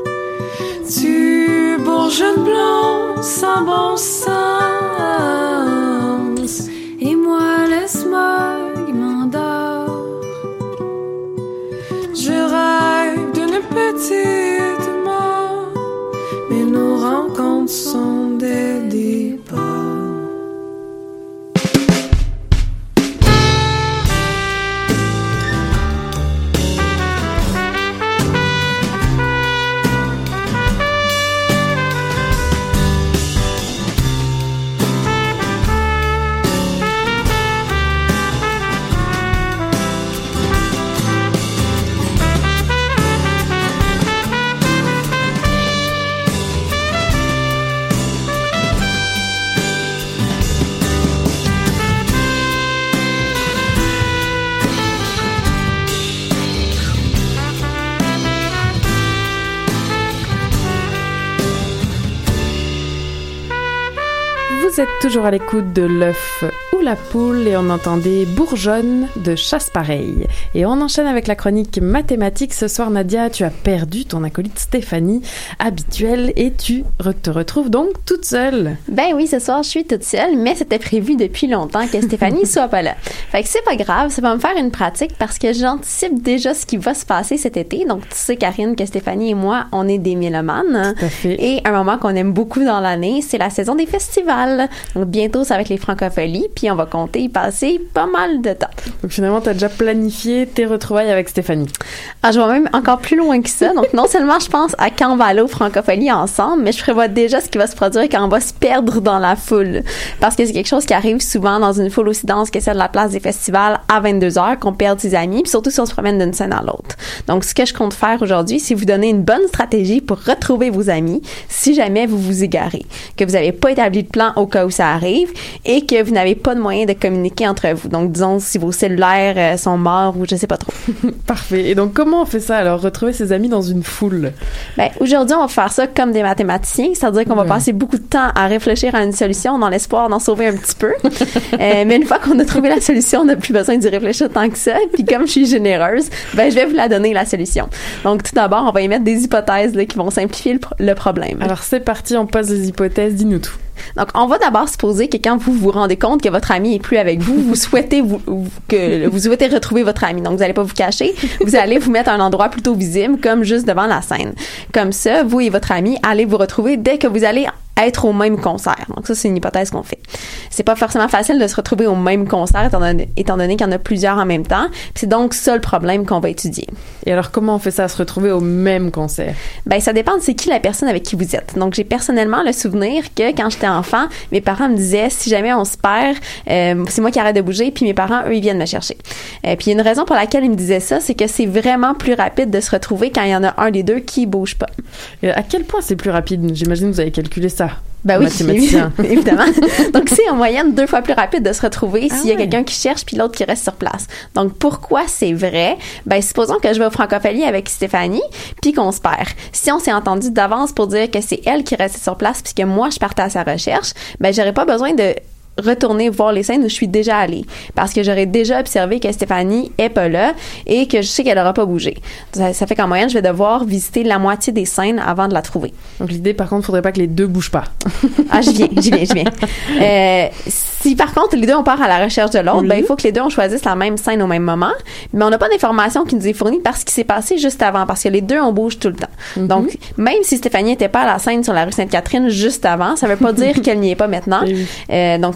Tu bourgeonnes blond sans bon sens, et moi le smog m'endort. Je rêve d'une petite mort, mais nos rencontres sont des départs. Vous êtes toujours à l'écoute de l'œuf ou la poule et on entendait Bourgeonne de Chasse-Pareil. Et on enchaîne avec la chronique mathématique. Ce soir, Nadia, tu as perdu ton acolyte Stéphanie habituelle et tu re- te retrouves donc toute seule. Ben oui, ce soir, je suis toute seule, mais c'était prévu depuis longtemps que Stéphanie soit pas là. Fait que c'est pas grave, ça va me faire une pratique parce que j'anticipe déjà ce qui va se passer cet été. Donc, tu sais, Karine, que Stéphanie et moi, on est des mélomanes. Tout à fait. Et un moment qu'on aime beaucoup dans l'année, c'est la saison des festivals. Donc, bientôt, ça va être les Francopholies, puis on va compter y passer pas mal de temps. Donc, finalement, tu as déjà planifié tes retrouvailles avec Stéphanie. Ah, je vais même encore plus loin que ça. Donc, non seulement je pense à quand on va aller aux Francopholies ensemble, mais je prévois déjà ce qui va se produire quand on va se perdre dans la foule. Parce que c'est quelque chose qui arrive souvent dans une foule aussi dense que celle de la place des festivals à vingt-deux heures, qu'on perd ses amis, puis surtout si on se promène d'une scène à l'autre. Donc, ce que je compte faire aujourd'hui, c'est vous donner une bonne stratégie pour retrouver vos amis si jamais vous vous égarez, que vous n'avez pas établi de plan au cas où ça arrive et que vous n'avez pas de moyen de communiquer entre vous. Donc, disons, si vos cellulaires euh, sont morts ou je sais pas trop. Parfait. Et donc, comment on fait ça, alors, retrouver ses amis dans une foule? Ben, aujourd'hui, on va faire ça comme des mathématiciens, c'est-à-dire qu'on va ouais. passer beaucoup de temps à réfléchir à une solution dans l'espoir d'en sauver un petit peu. euh, mais une fois qu'on a trouvé la solution, on n'a plus besoin d'y réfléchir tant que ça. Puis comme je suis généreuse, ben, je vais vous la donner, la solution. Donc, tout d'abord, on va y mettre des hypothèses là, qui vont simplifier le, pro- le problème. Alors, c'est parti, on pose les hypothèses, dis-nous tout. Donc, on va d'abord supposer que quand vous vous rendez compte que votre ami est plus avec vous, vous souhaitez vous, vous, que vous souhaitez retrouver votre ami. Donc, vous n'allez pas vous cacher, vous allez vous mettre à un endroit plutôt visible, comme juste devant la scène. Comme ça, vous et votre ami allez vous retrouver dès que vous allez être au même concert. Donc ça, c'est une hypothèse qu'on fait. C'est pas forcément facile de se retrouver au même concert étant donné, étant donné qu'il y en a plusieurs en même temps. Puis c'est donc ça le problème qu'on va étudier. Et alors, comment on fait ça, se retrouver au même concert? Ben, ça dépend de c'est qui la personne avec qui vous êtes. Donc, j'ai personnellement le souvenir que quand j'étais enfant, mes parents me disaient, si jamais on se perd, euh, c'est moi qui arrête de bouger, puis mes parents, eux, ils viennent me chercher. Euh, puis il y a une raison pour laquelle ils me disaient ça, c'est que c'est vraiment plus rapide de se retrouver quand il y en a un des deux qui bouge pas. Et à quel point c'est plus rapide? J'imagine que vous avez calculé ça. Ben oui, évidemment. Donc, c'est en moyenne deux fois plus rapide de se retrouver ah s'il y a ouais. quelqu'un qui cherche puis l'autre qui reste sur place. Donc, pourquoi c'est vrai? Ben, supposons que je vais au Francophonie avec Stéphanie puis qu'on se perd. Si on s'est entendu d'avance pour dire que c'est elle qui restait sur place puis que moi, je partais à sa recherche, ben, j'aurais pas besoin de retourner voir les scènes où je suis déjà allée parce que j'aurais déjà observé que Stéphanie est pas là et que je sais qu'elle aura pas bougé. Ça, ça fait qu'en moyenne, je vais devoir visiter la moitié des scènes avant de la trouver. Donc l'idée, par contre, faudrait pas que les deux bougent pas. Ah, j'y viens, j'y viens, j'y viens. Euh, si par contre les deux on part à la recherche de l'autre, oui. ben il faut que les deux on choisisse la même scène au même moment, mais on n'a pas d'information qui nous est fournie parce qu'il s'est passé juste avant, parce que les deux on bouge tout le temps. Mm-hmm. Donc même si Stéphanie était pas à la scène sur la rue Sainte-Catherine juste avant, ça veut pas dire qu'elle n'y est pas maintenant. Oui. Euh, donc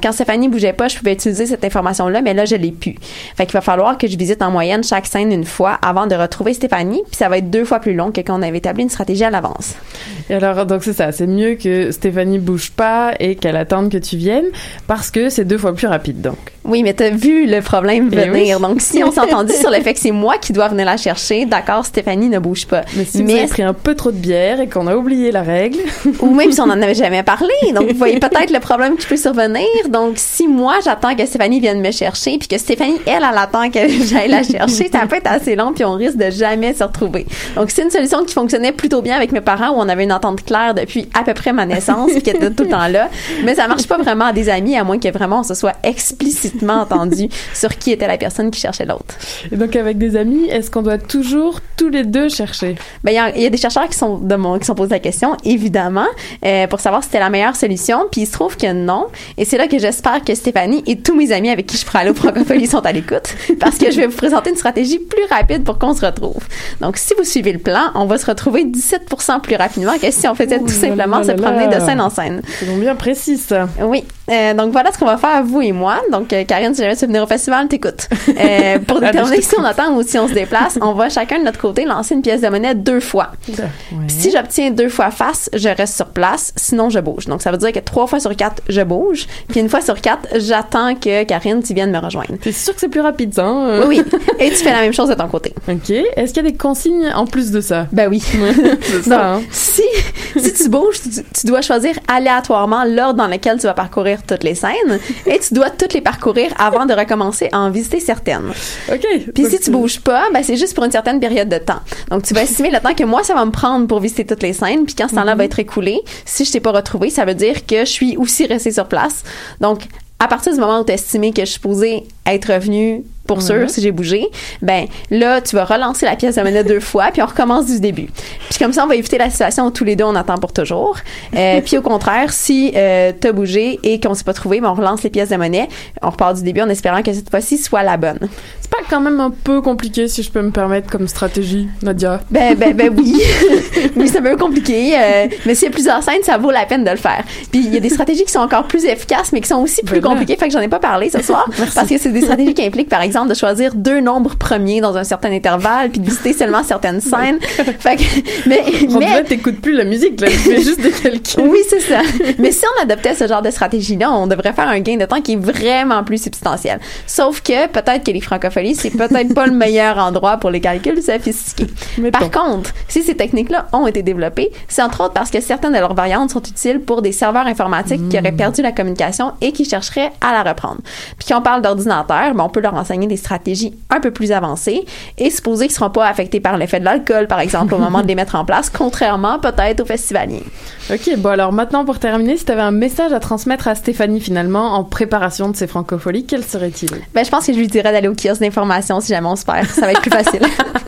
quand Stéphanie bougeait pas, je pouvais utiliser cette information-là, mais là, je l'ai plus. Fait qu'il va falloir que je visite en moyenne chaque scène une fois avant de retrouver Stéphanie, puis ça va être deux fois plus long que quand on avait établi une stratégie à l'avance. Et alors, donc c'est ça, c'est mieux que Stéphanie bouge pas et qu'elle attende que tu viennes, parce que c'est deux fois plus rapide, donc. Oui, mais t'as vu le problème Eh venir. oui. Donc, si on s'entendit sur le fait que c'est moi qui dois venir la chercher, d'accord, Stéphanie ne bouge pas. Mais si mais... vous avez pris un peu trop de bière et qu'on a oublié la règle. Ou même si on n'en avait jamais parlé. Donc, vous voyez peut-être le problème qui peut survenir. Donc, si moi, j'attends que Stéphanie vienne me chercher, puis que Stéphanie, elle, elle attend que j'aille la chercher, ça peut être assez long, puis on risque de jamais se retrouver. Donc, c'est une solution qui fonctionnait plutôt bien avec mes parents, où on avait une entente claire depuis à peu près ma naissance, puis qui était tout le temps là. Mais ça marche pas vraiment à des amis, à moins que vraiment on se soit explicitement entendu sur qui était la personne qui cherchait l'autre. Et donc, avec des amis, est-ce qu'on doit toujours tous les deux chercher? Ben, il y a, y a des chercheurs qui sont de mon, qui sont posés la question, évidemment, euh, pour savoir si c'était la meilleure solution, puis il se trouve que non. Et c'est là que j'espère que Stéphanie et tous mes amis avec qui je pourrais aller au Francophonie sont à l'écoute, parce que je vais vous présenter une stratégie plus rapide pour qu'on se retrouve. Donc, si vous suivez le plan, on va se retrouver dix-sept pour cent plus rapidement que si on faisait Ouh tout simplement là là se promener là. de scène en scène. C'est donc bien précis, ça. Oui. Euh, donc, voilà ce qu'on va faire, vous et moi. Donc, euh, Karine, si jamais tu veux venir au festival, t'écoutes. Euh, pour déterminer si on attend ou si on se déplace, on va chacun de notre côté lancer une pièce de monnaie deux fois. Ouais. Si j'obtiens deux fois face, je reste sur place, sinon je bouge. Donc, ça veut dire que trois fois sur quatre, je bouge. Puis une fois sur quatre, j'attends que Karine, tu viennes me rejoindre. T'es sûr que c'est plus rapide, ça? Hein? Oui, oui. Et tu fais la même chose de ton côté. OK. Est-ce qu'il y a des consignes en plus de ça? Ben oui. C'est ça, donc, hein? si, si tu bouges, tu, tu dois choisir aléatoirement l'ordre dans lequel tu vas parcourir toutes les scènes et tu dois toutes les parcourir avant de recommencer à en visiter certaines. OK. Puis si tu bouges pas, ben c'est juste pour une certaine période de temps. Donc, tu vas estimer le temps que moi, ça va me prendre pour visiter toutes les scènes. Puis quand ce temps-là mm-hmm. va être écoulé, si je t'ai pas retrouvé, ça veut dire que je suis aussi restée sur place. Donc, à partir du moment où tu as estimé que je suis supposée être revenue pour sûr, mmh. si j'ai bougé, ben là, tu vas relancer la pièce de monnaie deux fois, puis on recommence du début. Puis comme ça, on va éviter la situation où tous les deux, on attend pour toujours. Euh, puis au contraire, si euh, t'as bougé et qu'on s'est pas trouvé, ben on relance les pièces de monnaie, on repart du début en espérant que cette fois-ci soit la bonne. C'est pas quand même un peu compliqué, si je peux me permettre, comme stratégie, Nadia? Ben, ben, ben oui. Oui, c'est un peu compliqué, euh, mais s'il y a plusieurs scènes, ça vaut la peine de le faire. Puis il y a des stratégies qui sont encore plus efficaces, mais qui sont aussi plus ben compliquées, fait que j'en ai pas parlé ce soir, parce que c'est des stratégies qui impliquent, par exemple, de choisir deux nombres premiers dans un certain intervalle puis de visiter seulement certaines scènes. Fait que, mais, on mais... dirait que t'écoutes plus la musique, là. Tu fais juste des calculs. Oui, c'est ça. Mais si on adoptait ce genre de stratégie-là, on devrait faire un gain de temps qui est vraiment plus substantiel. Sauf que peut-être que les francophonies, c'est peut-être pas le meilleur endroit pour les calculs sophistiqués. Mettons. Par contre, si ces techniques-là ont été développées, c'est entre autres parce que certaines de leurs variantes sont utiles pour des serveurs informatiques mmh. qui auraient perdu la communication et qui chercheraient à la reprendre. Puis quand on parle d'ordinateur, ben on peut leur enseigner des stratégies un peu plus avancées et supposer qu'ils ne seront pas affectés par l'effet de l'alcool, par exemple, au moment de les mettre en place, contrairement peut-être aux festivaliers. OK, bon alors maintenant, pour terminer, si tu avais un message à transmettre à Stéphanie, finalement, en préparation de ces francopholies, quel serait-il? Ben, je pense que je lui dirais d'aller au kiosque d'information si jamais on se perd. Ça va être plus facile.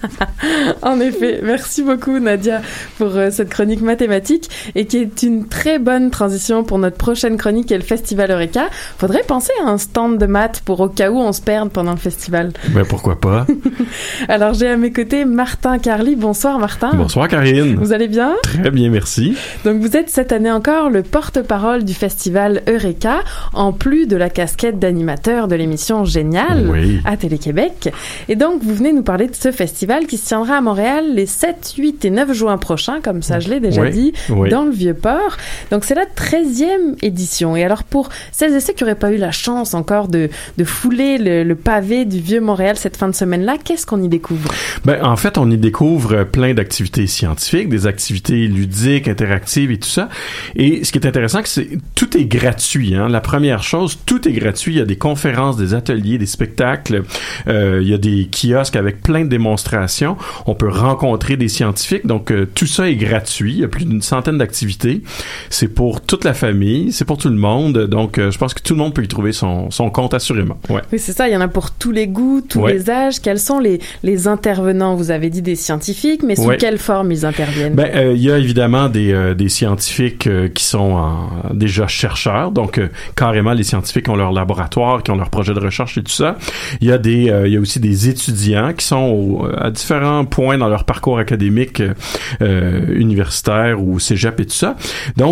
En effet. Merci beaucoup, Nadia, pour euh, cette chronique mathématique et qui est une très bonne transition pour notre prochaine chronique qui est le Festival Eureka. Faudrait penser à un stand de maths pour au cas où on se perde pendant le festival. Ben, pourquoi pas? Alors, j'ai à mes côtés Martin Carly. Bonsoir, Martin. Bonsoir, Karine. Vous allez bien? Très bien, merci. Donc, vous êtes cette année encore le porte-parole du Festival Eureka, en plus de la casquette d'animateur de l'émission Génial oui. à Télé-Québec. Et donc, vous venez nous parler de ce festival qui se tiendra à Montréal les sept, huit et neuf juin prochains, comme ça je l'ai déjà oui. dit, oui. dans le Vieux-Port. Donc, c'est la treizième édition. Et alors, pour celles et ceux qui n'auraient pas eu la chance encore de, de fouler le, le pavé du Vieux-Montréal cette fin de semaine-là, qu'est-ce qu'on y découvre? Ben, en fait, on y découvre plein d'activités scientifiques, des activités ludiques, interactives et tout ça. Et ce qui est intéressant, c'est que tout est gratuit. Hein. La première chose, tout est gratuit. Il y a des conférences, des ateliers, des spectacles. Euh, il y a des kiosques avec plein de démonstrations. On peut rencontrer des scientifiques. Donc, euh, tout ça est gratuit. Il y a plus d'une centaine d'activités. C'est pour toute la famille. C'est pour tout le monde. Donc, euh, je pense que tout le monde peut y trouver son, son compte assurément. Ouais. Oui, c'est ça. Il y en a pour tous les goûts, tous ouais. les âges. Quels sont les, les intervenants? Vous avez dit des scientifiques, mais sous ouais. quelle forme ils interviennent? Ben, euh, il y a évidemment des, euh, des scientifiques euh, qui sont en, déjà chercheurs. Donc, euh, carrément, les scientifiques ont leur laboratoire, qui ont leur projet de recherche et tout ça. Il y a des, euh, il y a aussi des étudiants qui sont au, à différents points dans leur parcours académique euh, universitaire ou cégep et tout ça. Donc,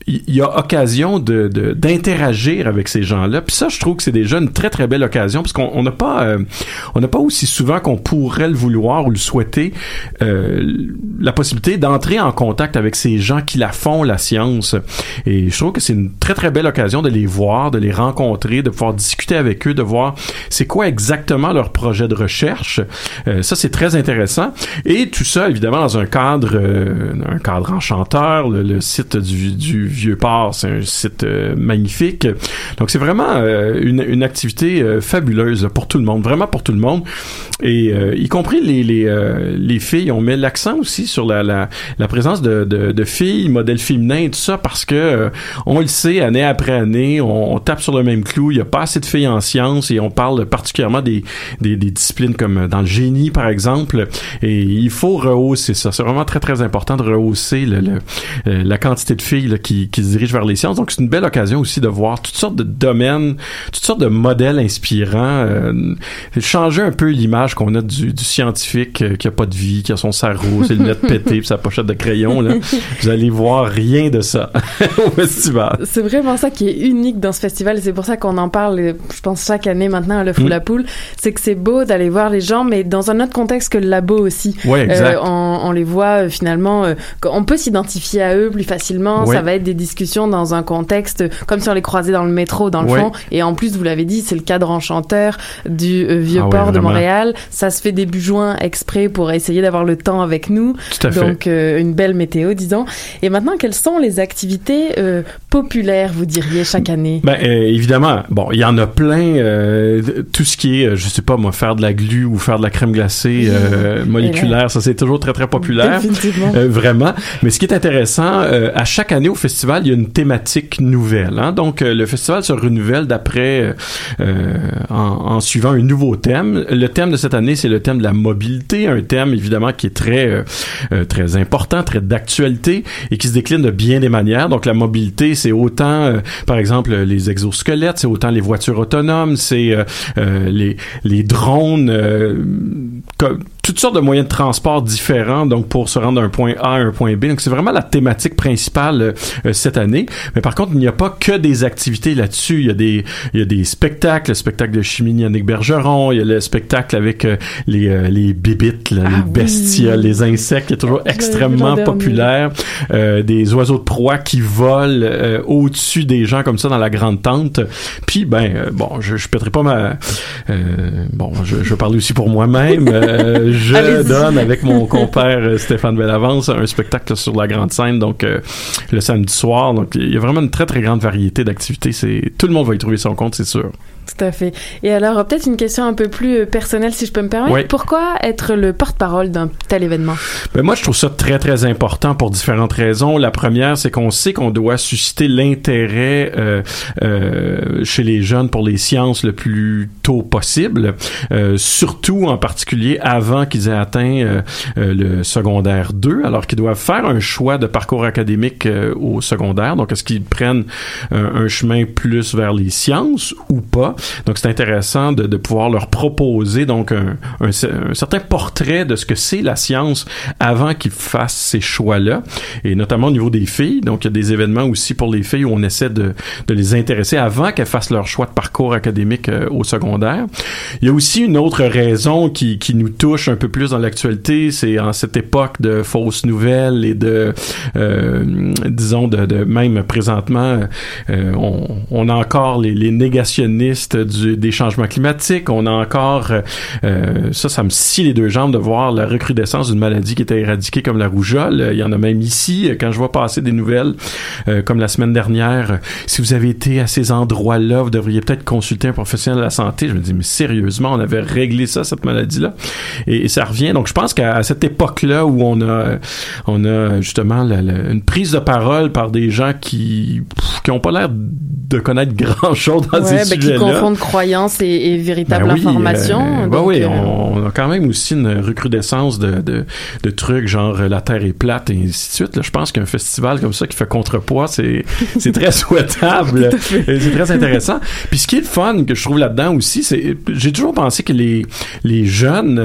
il y a occasion de, de d'interagir avec ces gens-là. Puis ça, je trouve que c'est déjà une très très belle occasion parce qu'on n'a pas euh, on n'a pas aussi souvent qu'on pourrait le vouloir ou le souhaiter euh, la possibilité d'entrer en contact avec ces gens qui la font la science. Et je trouve que c'est une très très belle occasion de les voir, de les rencontrer, de pouvoir discuter avec eux, de voir c'est quoi exactement leur projet de recherche. Euh, ça c'est très intéressant. Et tout ça évidemment dans un cadre euh, un cadre enchanteur. Le, le site du, du Vieux-Port, c'est un site euh, magnifique. Donc c'est vraiment euh, une, une activité euh, fabuleuse pour tout le monde, vraiment pour tout le monde. Et euh, y compris les les, euh, les filles, on met l'accent aussi sur la la, la présence de, de, de filles, modèles féminins et tout ça parce que euh, on le sait année après année, on, on tape sur le même clou. Il y a pas assez de filles en sciences et on parle particulièrement des des, des disciplines comme dans le génie par exemple. Et il faut rehausser ça. C'est vraiment très très important de rehausser le, le, euh, la quantité de filles là, qui qui se dirigent vers les sciences. Donc c'est une belle occasion aussi de voir toutes sortes de domaines, toutes sortes de modèles inspirants, euh, changer un peu l'image qu'on a du, du scientifique euh, qui a pas de vie, qui a son sarrau, ses lunettes pétées, puis sa pochette de crayon. Là. Vous allez voir rien de ça au festival. C'est vraiment ça qui est unique dans ce festival et c'est pour ça qu'on en parle, je pense, chaque année maintenant à l'œuf ou la poule. C'est que c'est beau d'aller voir les gens, mais dans un autre contexte que le labo aussi. Oui, exact. Euh, on, on les voit euh, finalement, euh, on peut s'identifier à eux plus facilement. Ouais. Ça va être des discussions dans un contexte comme si on les croisait dans le métro, dans le Ouais. fond. Et en plus, vous l'avez dit, c'est le cadre enchanteur du euh, Vieux-Port Ah ouais, de vraiment. Montréal. Ça se fait début juin exprès pour essayer d'avoir le temps avec nous. Tout à fait. Donc, euh, une belle météo, disons. Et maintenant, quelles sont les activités euh, populaires, vous diriez, chaque année? Ben euh, évidemment, bon, il y en a plein. Euh, tout ce qui est, euh, je sais pas, moi, faire de la glu ou faire de la crème glacée euh, moléculaire, ça c'est toujours très très populaire. Définitivement. Euh, vraiment. Mais ce qui est intéressant, euh, à chaque année au festival, il y a une thématique nouvelle. Hein? Donc euh, le festival se renouvelle d'après, euh, en, en suivant un nouveau thème. Le thème de cette année, c'est le thème de la mobilité, un thème évidemment qui est très euh, euh, très important, très d'actualité et qui se décline de bien des manières. Donc la mobilité, c'est autant, euh, par exemple, les exosquelettes, c'est autant les voitures autonomes, c'est euh, euh, les les drones, euh, co- toutes sortes de moyens de transport différents, donc pour se rendre d'un point A à un point B. Donc c'est vraiment la thématique principale euh, cette année. Mais par contre, il n'y a pas que des activités là-dessus. Il y a des il y a des spectacles, le spectacle de chimie Yannick Bergeron, il y a le spectacle avec euh, les euh, les bébites, là, Ah les bestioles, oui. les insectes, qui est toujours extrêmement l'an populaire. Euh, des oiseaux de proie qui volent euh, au-dessus des gens comme ça dans la grande tente. Puis ben euh, bon, je je pèterai pas ma euh, bon, je je vais parler aussi pour moi-même. Euh, je Allez-y. donne avec mon compère euh, Stéphane Bellavance un spectacle sur la grande scène donc euh, le samedi soir. Donc il y a vraiment une très très grande variété d'activités. C'est tout le monde va y trouver son compte, c'est sûr. Tout à fait. Et alors, euh, peut-être une question un peu plus euh, personnelle, si je peux me permettre. Oui. Pourquoi être le porte-parole d'un tel événement? Ben moi, je trouve ça très, très important pour différentes raisons. La première, c'est qu'on sait qu'on doit susciter l'intérêt euh, euh, chez les jeunes pour les sciences le plus tôt possible, euh, surtout en particulier avant qu'ils aient atteint euh, euh, le secondaire deux, alors qu'ils doivent faire un choix de parcours académique euh, au secondaire. Donc, est-ce qu'ils prennent euh, un chemin plus vers les sciences ou pas? Donc, c'est intéressant de, de pouvoir leur proposer donc un, un, un certain portrait de ce que c'est la science avant qu'ils fassent ces choix-là, et notamment au niveau des filles. Donc, il y a des événements aussi pour les filles où on essaie de, de les intéresser avant qu'elles fassent leur choix de parcours académique euh, au secondaire. Il y a aussi une autre raison qui, qui nous touche un peu plus dans l'actualité, c'est en cette époque de fausses nouvelles et de, euh, disons, de, de même présentement, euh, on, on a encore les, les négationnistes Du, des changements climatiques. On a encore euh, ça, ça me scie les deux jambes de voir la recrudescence d'une maladie qui était éradiquée comme la rougeole. Il y en a même ici. Quand je vois passer des nouvelles euh, comme la semaine dernière, si vous avez été à ces endroits-là, vous devriez peut-être consulter un professionnel de la santé. Je me dis, mais sérieusement, on avait réglé ça, cette maladie-là. Et, et ça revient. Donc, je pense qu'à à cette époque-là où on a on a justement la, la, une prise de parole par des gens qui qui ont pas l'air de connaître grand-chose dans ouais, ces ben, sujets-là. Qui confondent croyance et, et véritable ben oui, information. Euh, donc, oui, euh... on, on a quand même aussi une recrudescence de, de, de trucs genre la Terre est plate et ainsi de suite. Là, je pense qu'un festival comme ça qui fait contrepoids, c'est, c'est très souhaitable. C'est très intéressant. Puis ce qui est le fun que je trouve là-dedans aussi, c'est j'ai toujours pensé que les, les jeunes, euh,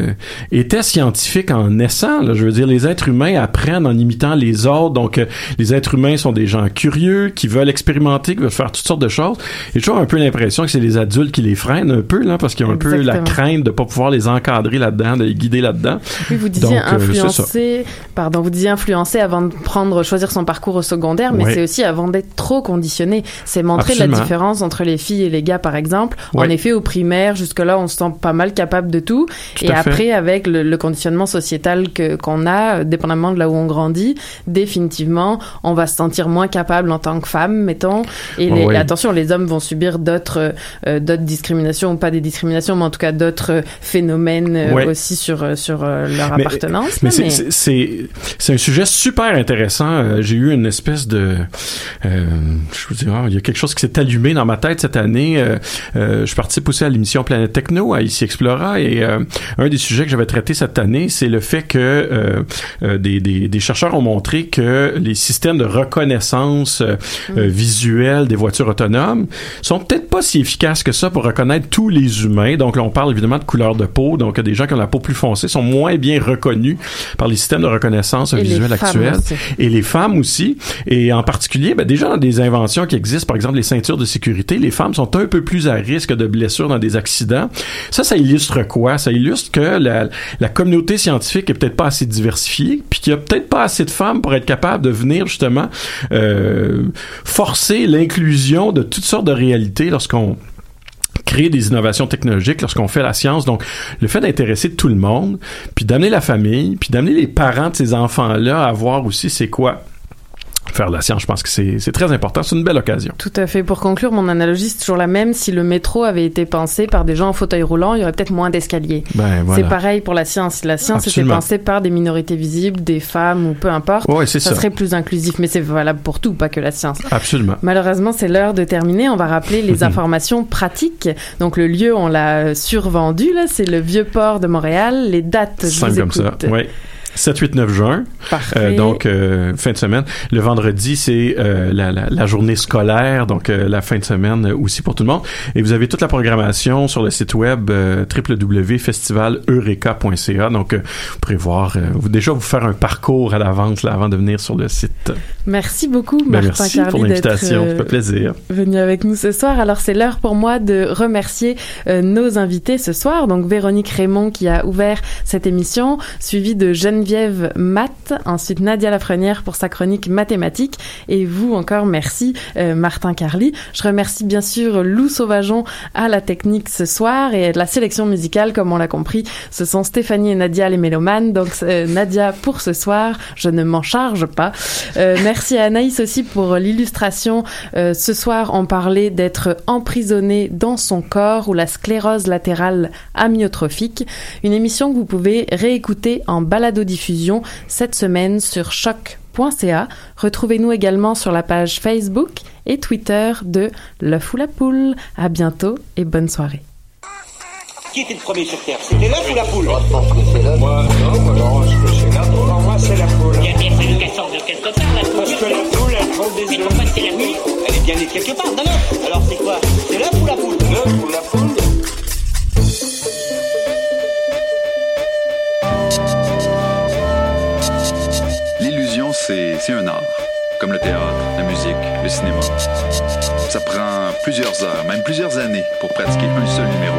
euh, était scientifique en naissant. Là. Je veux dire, les êtres humains apprennent en imitant les autres. Donc, euh, les êtres humains sont des gens curieux, qui veulent expérimenter, qui veulent faire toutes sortes de choses. J'ai toujours un peu l'impression que c'est les adultes qui les freinent un peu, là, parce qu'ils ont Exactement. un peu la crainte de pas pouvoir les encadrer là-dedans, de les guider là-dedans. Oui, vous disiez Donc, influencer, euh, pardon, vous disiez influencer avant de prendre, choisir son parcours au secondaire, mais ouais. c'est aussi avant d'être trop conditionné. C'est montrer Absolument. la différence entre les filles et les gars, par exemple. Ouais. En effet, au primaire, jusque-là, on se sent pas mal capable de tout. Tout et à après, fait. avec le, le conditionnement sociétal que, qu'on a, dépendamment de là où on grandit, définitivement, on va se sentir moins capable en tant que femme, mettons. Et les, oui. attention, les hommes vont subir d'autres, euh, d'autres discriminations, ou pas des discriminations, mais en tout cas d'autres euh, phénomènes euh, ouais. aussi sur, euh, sur euh, leur mais, appartenance. Mais, là, c'est, mais... c'est, c'est, c'est un sujet super intéressant. Euh, j'ai eu une espèce de... Euh, je vous dis, oh, il y a quelque chose qui s'est allumé dans ma tête cette année. Euh, euh, je participe aussi à l'émission Planète Techno à Ici Explora, et euh, un des sujets que j'avais traité cette année, c'est le fait que euh, euh, des, des, des chercheurs ont montré que les systèmes de reconnaissance euh, mm. euh, visuelle des voitures autonomes sont peut-être pas si efficaces que ça pour reconnaître tous les humains. Donc là, on parle évidemment de couleur de peau. Donc des gens qui ont la peau plus foncée sont moins bien reconnus par les systèmes de reconnaissance et visuelle actuels. Et les femmes aussi. Et en particulier, ben, déjà dans des inventions qui existent, par exemple les ceintures de sécurité, les femmes sont un peu plus à risque de blessures dans des accidents. Ça, ça illustre quoi? Ça illustre que la, la communauté scientifique est peut-être pas assez diversifiée, puis qu'il y a peut-être pas assez de femmes pour être capable de venir justement euh, forcer l'inclusion de toutes sortes de réalités lorsqu'on créer des innovations technologiques lorsqu'on fait la science. Donc, le fait d'intéresser tout le monde, puis d'amener la famille, puis d'amener les parents de ces enfants-là à voir aussi c'est quoi faire de la science, je pense que c'est, c'est très important. C'est une belle occasion. Tout à fait. Pour conclure, mon analogie, c'est toujours la même. Si le métro avait été pensé par des gens en fauteuil roulant, il y aurait peut-être moins d'escaliers. Ben, voilà. C'est pareil pour la science. La science Absolument. était pensée par des minorités visibles, des femmes ou peu importe. Ouais, c'est ça, ça serait plus inclusif. Mais c'est valable pour tout, pas que la science. Absolument. Malheureusement, c'est l'heure de terminer. On va rappeler les informations pratiques. Donc, le lieu, on l'a survendu, là. C'est le Vieux-Port de Montréal. Les dates, je Simple vous comme écoute. ça. Oui. sept, huit, neuf juin. Parfait. Euh, donc, euh, fin de semaine. Le vendredi, c'est euh, la, la, la journée scolaire, donc euh, la fin de semaine aussi pour tout le monde. Et vous avez toute la programmation sur le site web euh, w w w point festival eureka point c a. Donc, euh, vous pourrez voir, euh, vous, déjà vous faire un parcours à l'avance là, avant de venir sur le site. Merci beaucoup, Ben, Martin merci Carly, pour l'invitation. d'être, Ça fait plaisir. Venu avec nous ce soir. Alors, c'est l'heure pour moi de remercier euh, nos invités ce soir. Donc, Véronique Raymond qui a ouvert cette émission, suivie de Geneviève Matt, ensuite Nadia Lafrenière pour sa chronique mathématiques, et vous encore, merci euh, Martin Carly. Je remercie bien sûr Lou Sauvageon à la technique ce soir, et la sélection musicale, comme on l'a compris, ce sont Stéphanie et Nadia les mélomanes. Donc euh, Nadia pour ce soir, je ne m'en charge pas. Euh, merci à Anaïs aussi pour l'illustration. Euh, ce soir, on parlait d'être emprisonné dans son corps ou la sclérose latérale amyotrophique, une émission que vous pouvez réécouter en balado-diffusion cette semaine sur choc point c a. Retrouvez-nous également sur la page Facebook et Twitter de L'œuf ou la poule. À bientôt et bonne soirée. Qui était le premier sur Terre? C'était l'œuf ou la poule? Moi, je pense que c'est l'œuf. Moi, non, moi, non, je pense que c'est l'œuf. Pour moi, c'est la poule. Il y a bien fallu qu'elle sorte de quelque part, la poule. Parce que la poule, elle prend des œufs. Mais pourquoi c'est la nuit? Elle est bien née quelque part, d'un œuf. Alors c'est quoi? C'est l'œuf ou la poule? L'œuf ou la poule? L'illusion, c'est, c'est un art, comme le théâtre, la musique, le cinéma. Ça prend plusieurs heures, même plusieurs années pour pratiquer un seul numéro.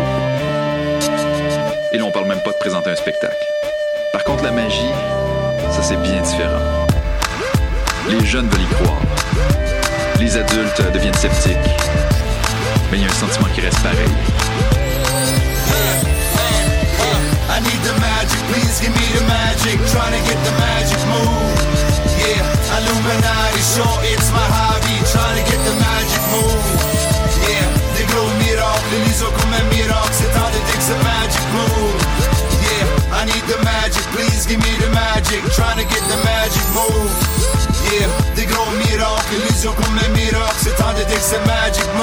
Et là, on parle même pas de présenter un spectacle. Par contre, la magie, ça c'est bien différent. Les jeunes veulent y croire. Les adultes deviennent sceptiques. Mais il y a un sentiment qui reste pareil. I need the magic, please give me the magic. Trying to get the magic move. Yeah, Illuminati, sure it's my hobby. Trying to get the magic move. Yeah, des gros miracles, les os comme un miracle. C'est temps de dire que c'est magic move. Yeah, I need the magic, please give me the magic. Trying to get the magic move. Yeah, des gros miracles, les os comme un miracle. C'est temps de dire que c'est magic move.